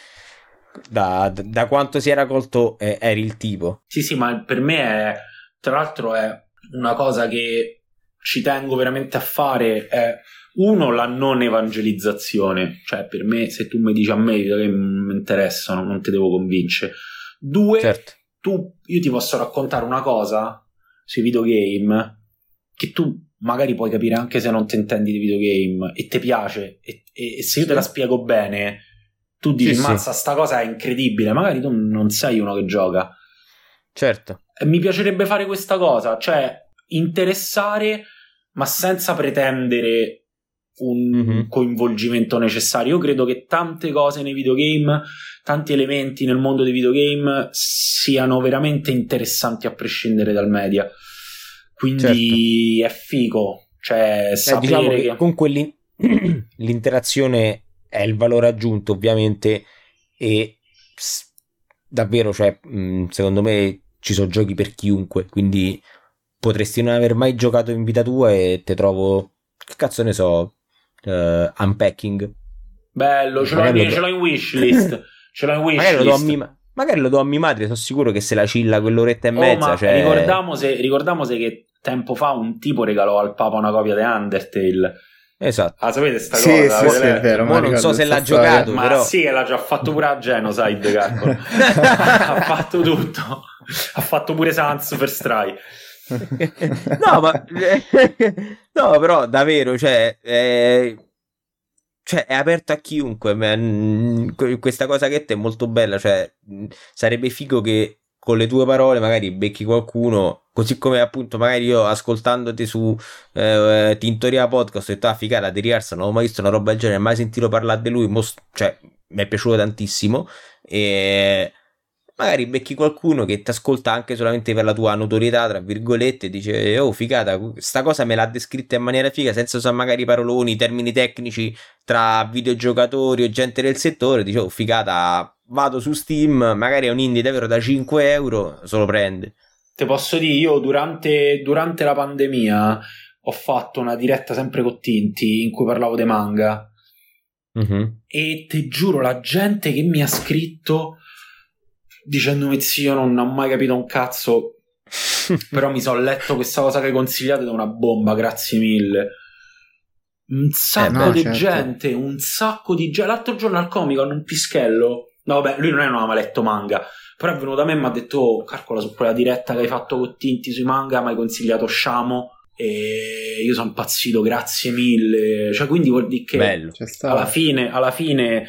da, da, da quanto si era colto eh, eri il tipo. Sì, sì, ma per me è, tra l'altro è una cosa che ci tengo veramente a fare, è uno, la non evangelizzazione, cioè per me se tu mi dici a me che mi interessano non ti devo convincere. Due, certo. tu, io ti posso raccontare una cosa sui videogame che tu magari puoi capire anche se non ti intendi di videogame e ti piace e, e, e se io te la spiego bene tu dici sì, mazza sì. sta cosa è incredibile, magari tu non sei uno che gioca. Certo. E mi piacerebbe fare questa cosa, cioè interessare ma senza pretendere un mm-hmm. coinvolgimento necessario. Io credo che tante cose nei videogame, tanti elementi nel mondo dei videogame siano veramente interessanti a prescindere dal media, quindi certo. È figo, cioè eh, sapere diciamo che... che comunque l'in- l'interazione è il valore aggiunto ovviamente, e pss, davvero, cioè mh, secondo me ci sono giochi per chiunque, quindi potresti non aver mai giocato in vita tua e te trovo, che cazzo ne so, Uh, Unpacking, bello, ce l'ho, in, do... ce l'ho in wishlist, ce l'ho in wishlist. Magari lo do a mia, magari lo do a mia madre, sono sicuro che se la cilla quell'oretta e oh, mezza. Ma cioè... ricordiamo, se, ricordiamo se che tempo fa un tipo regalò al Papa una copia di Undertale. Esatto. Ah, sapete sta sì, cosa? Sì, sì, è vero, ma non so se l'ha giocato, ma però... sì, l'ha già fatto pure a Genocide, calcolo. Ha fatto tutto. Ha fatto pure Sans per Stray. No, ma no, però davvero, cioè, è... cioè è aperto a chiunque, man. Questa cosa che te è molto bella, cioè sarebbe figo che con le tue parole magari becchi qualcuno, così come appunto magari io ascoltandoti su eh, Tintoria Podcast ho detto ah figata, di Riarsa non ho mai visto una roba del genere, mai sentito parlare di lui, most- cioè mi è piaciuto tantissimo, e magari becchi qualcuno che ti ascolta anche solamente per la tua notorietà, tra virgolette, e dice oh figata, sta cosa me l'ha descritta in maniera figa, senza usare magari paroloni, termini tecnici tra videogiocatori o gente del settore, dice oh figata, vado su Steam, magari è un indie davvero da cinque euro, se lo prende. Te posso dire, io durante, durante la pandemia ho fatto una diretta sempre con Tinti in cui parlavo dei manga, mm-hmm. e te giuro la gente che mi ha scritto dicendomi zio non ho mai capito un cazzo però mi sono letto questa cosa che hai consigliato ed è una bomba, grazie mille. Un sacco eh no, di certo. gente un sacco di gente. L'altro giorno al Comic Con un pischello, no vabbè lui non è non aveva letto manga, però è venuto da me e mi ha detto oh, calcola su quella diretta che hai fatto con Tinti sui manga mi hai consigliato Shamo e io sono impazzito, grazie mille. Cioè quindi vuol dire che bello, alla fine alla fine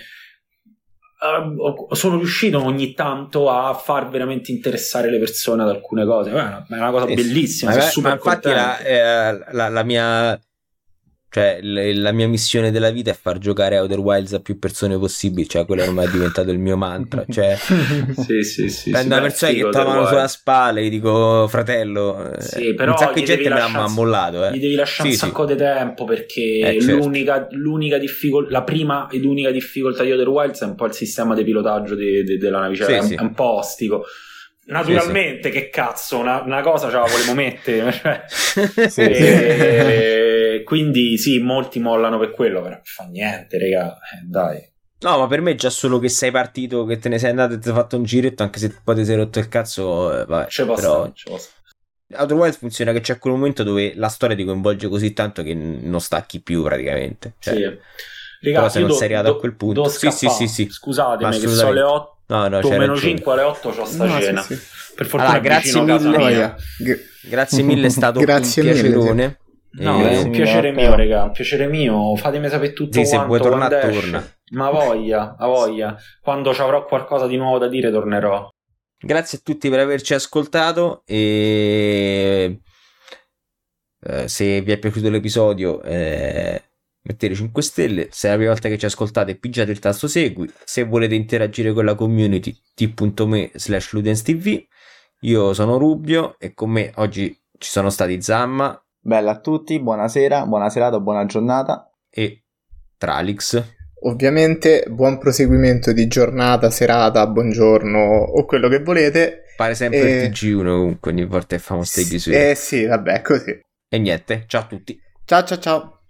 Uh, sono riuscito ogni tanto a far veramente interessare le persone ad alcune cose. È una, è una cosa eh, bellissima. Ma, super ma infatti la, eh, la, la mia cioè la mia missione della vita è far giocare Outer Wilds a più persone possibili, cioè quello ormai è diventato il mio mantra, cioè sì sì sì prendo una persona che trovano sulla spalla e gli dico fratello, sì, però un sacco di gente me l'ha lasciare, mollato eh. gli devi lasciare sì, un sacco sì. di tempo perché eh, certo. l'unica, l'unica difficoltà, la prima ed unica difficoltà di Outer Wilds è un po' il sistema di pilotaggio de, de, della navicella, sì, è, sì. è un po' ostico. Naturalmente, sì, sì. Che cazzo, una, una cosa ce la volevo mettere, cioè, sì, e, sì. quindi sì, molti mollano per quello, però fa niente, raga, eh, dai. No, ma per me già solo che sei partito, che te ne sei andato e ti hai fatto un giretto, anche se poi ti sei rotto il cazzo, eh, vabbè, Ce posso, però ce posso. Outer Wilds funziona che c'è quel momento dove la storia ti coinvolge così tanto che non stacchi più praticamente, cioè, Sì. Ragazzi, però se non do, sei arrivato do, a quel punto do sì, sì, sì, sì. Scusatemi che sono le otto, no, no, meno ragione. cinque alle otto c'ho sta No, cena. sì, sì. Per fortuna allora, grazie mille, mia. grazie mille, è stato grazie un piacerone. mille, sì. No, e... è un piacere mio, raga, un piacere mio. Fatemi sapere tutto sì, quanto. se vuoi tornare, quando torna. esce. Ma voglia, a voglia. Quando ci avrò qualcosa di nuovo da dire, tornerò. Grazie a tutti per averci ascoltato e eh, se vi è piaciuto l'episodio eh, mettete cinque stelle, se è la prima volta che ci ascoltate pigiate il tasto segui, se volete interagire con la community t.me slash ludenstv. Io sono Rubio e con me oggi ci sono stati Zamma. Bella a tutti, buonasera, buona serata, buona giornata. E Tralix. Ovviamente buon proseguimento di giornata, serata, buongiorno o quello che volete. Pare sempre e... il T G uno comunque ogni volta che famo ste chiusure. Eh sì, vabbè, così. E niente, ciao a tutti. Ciao ciao ciao.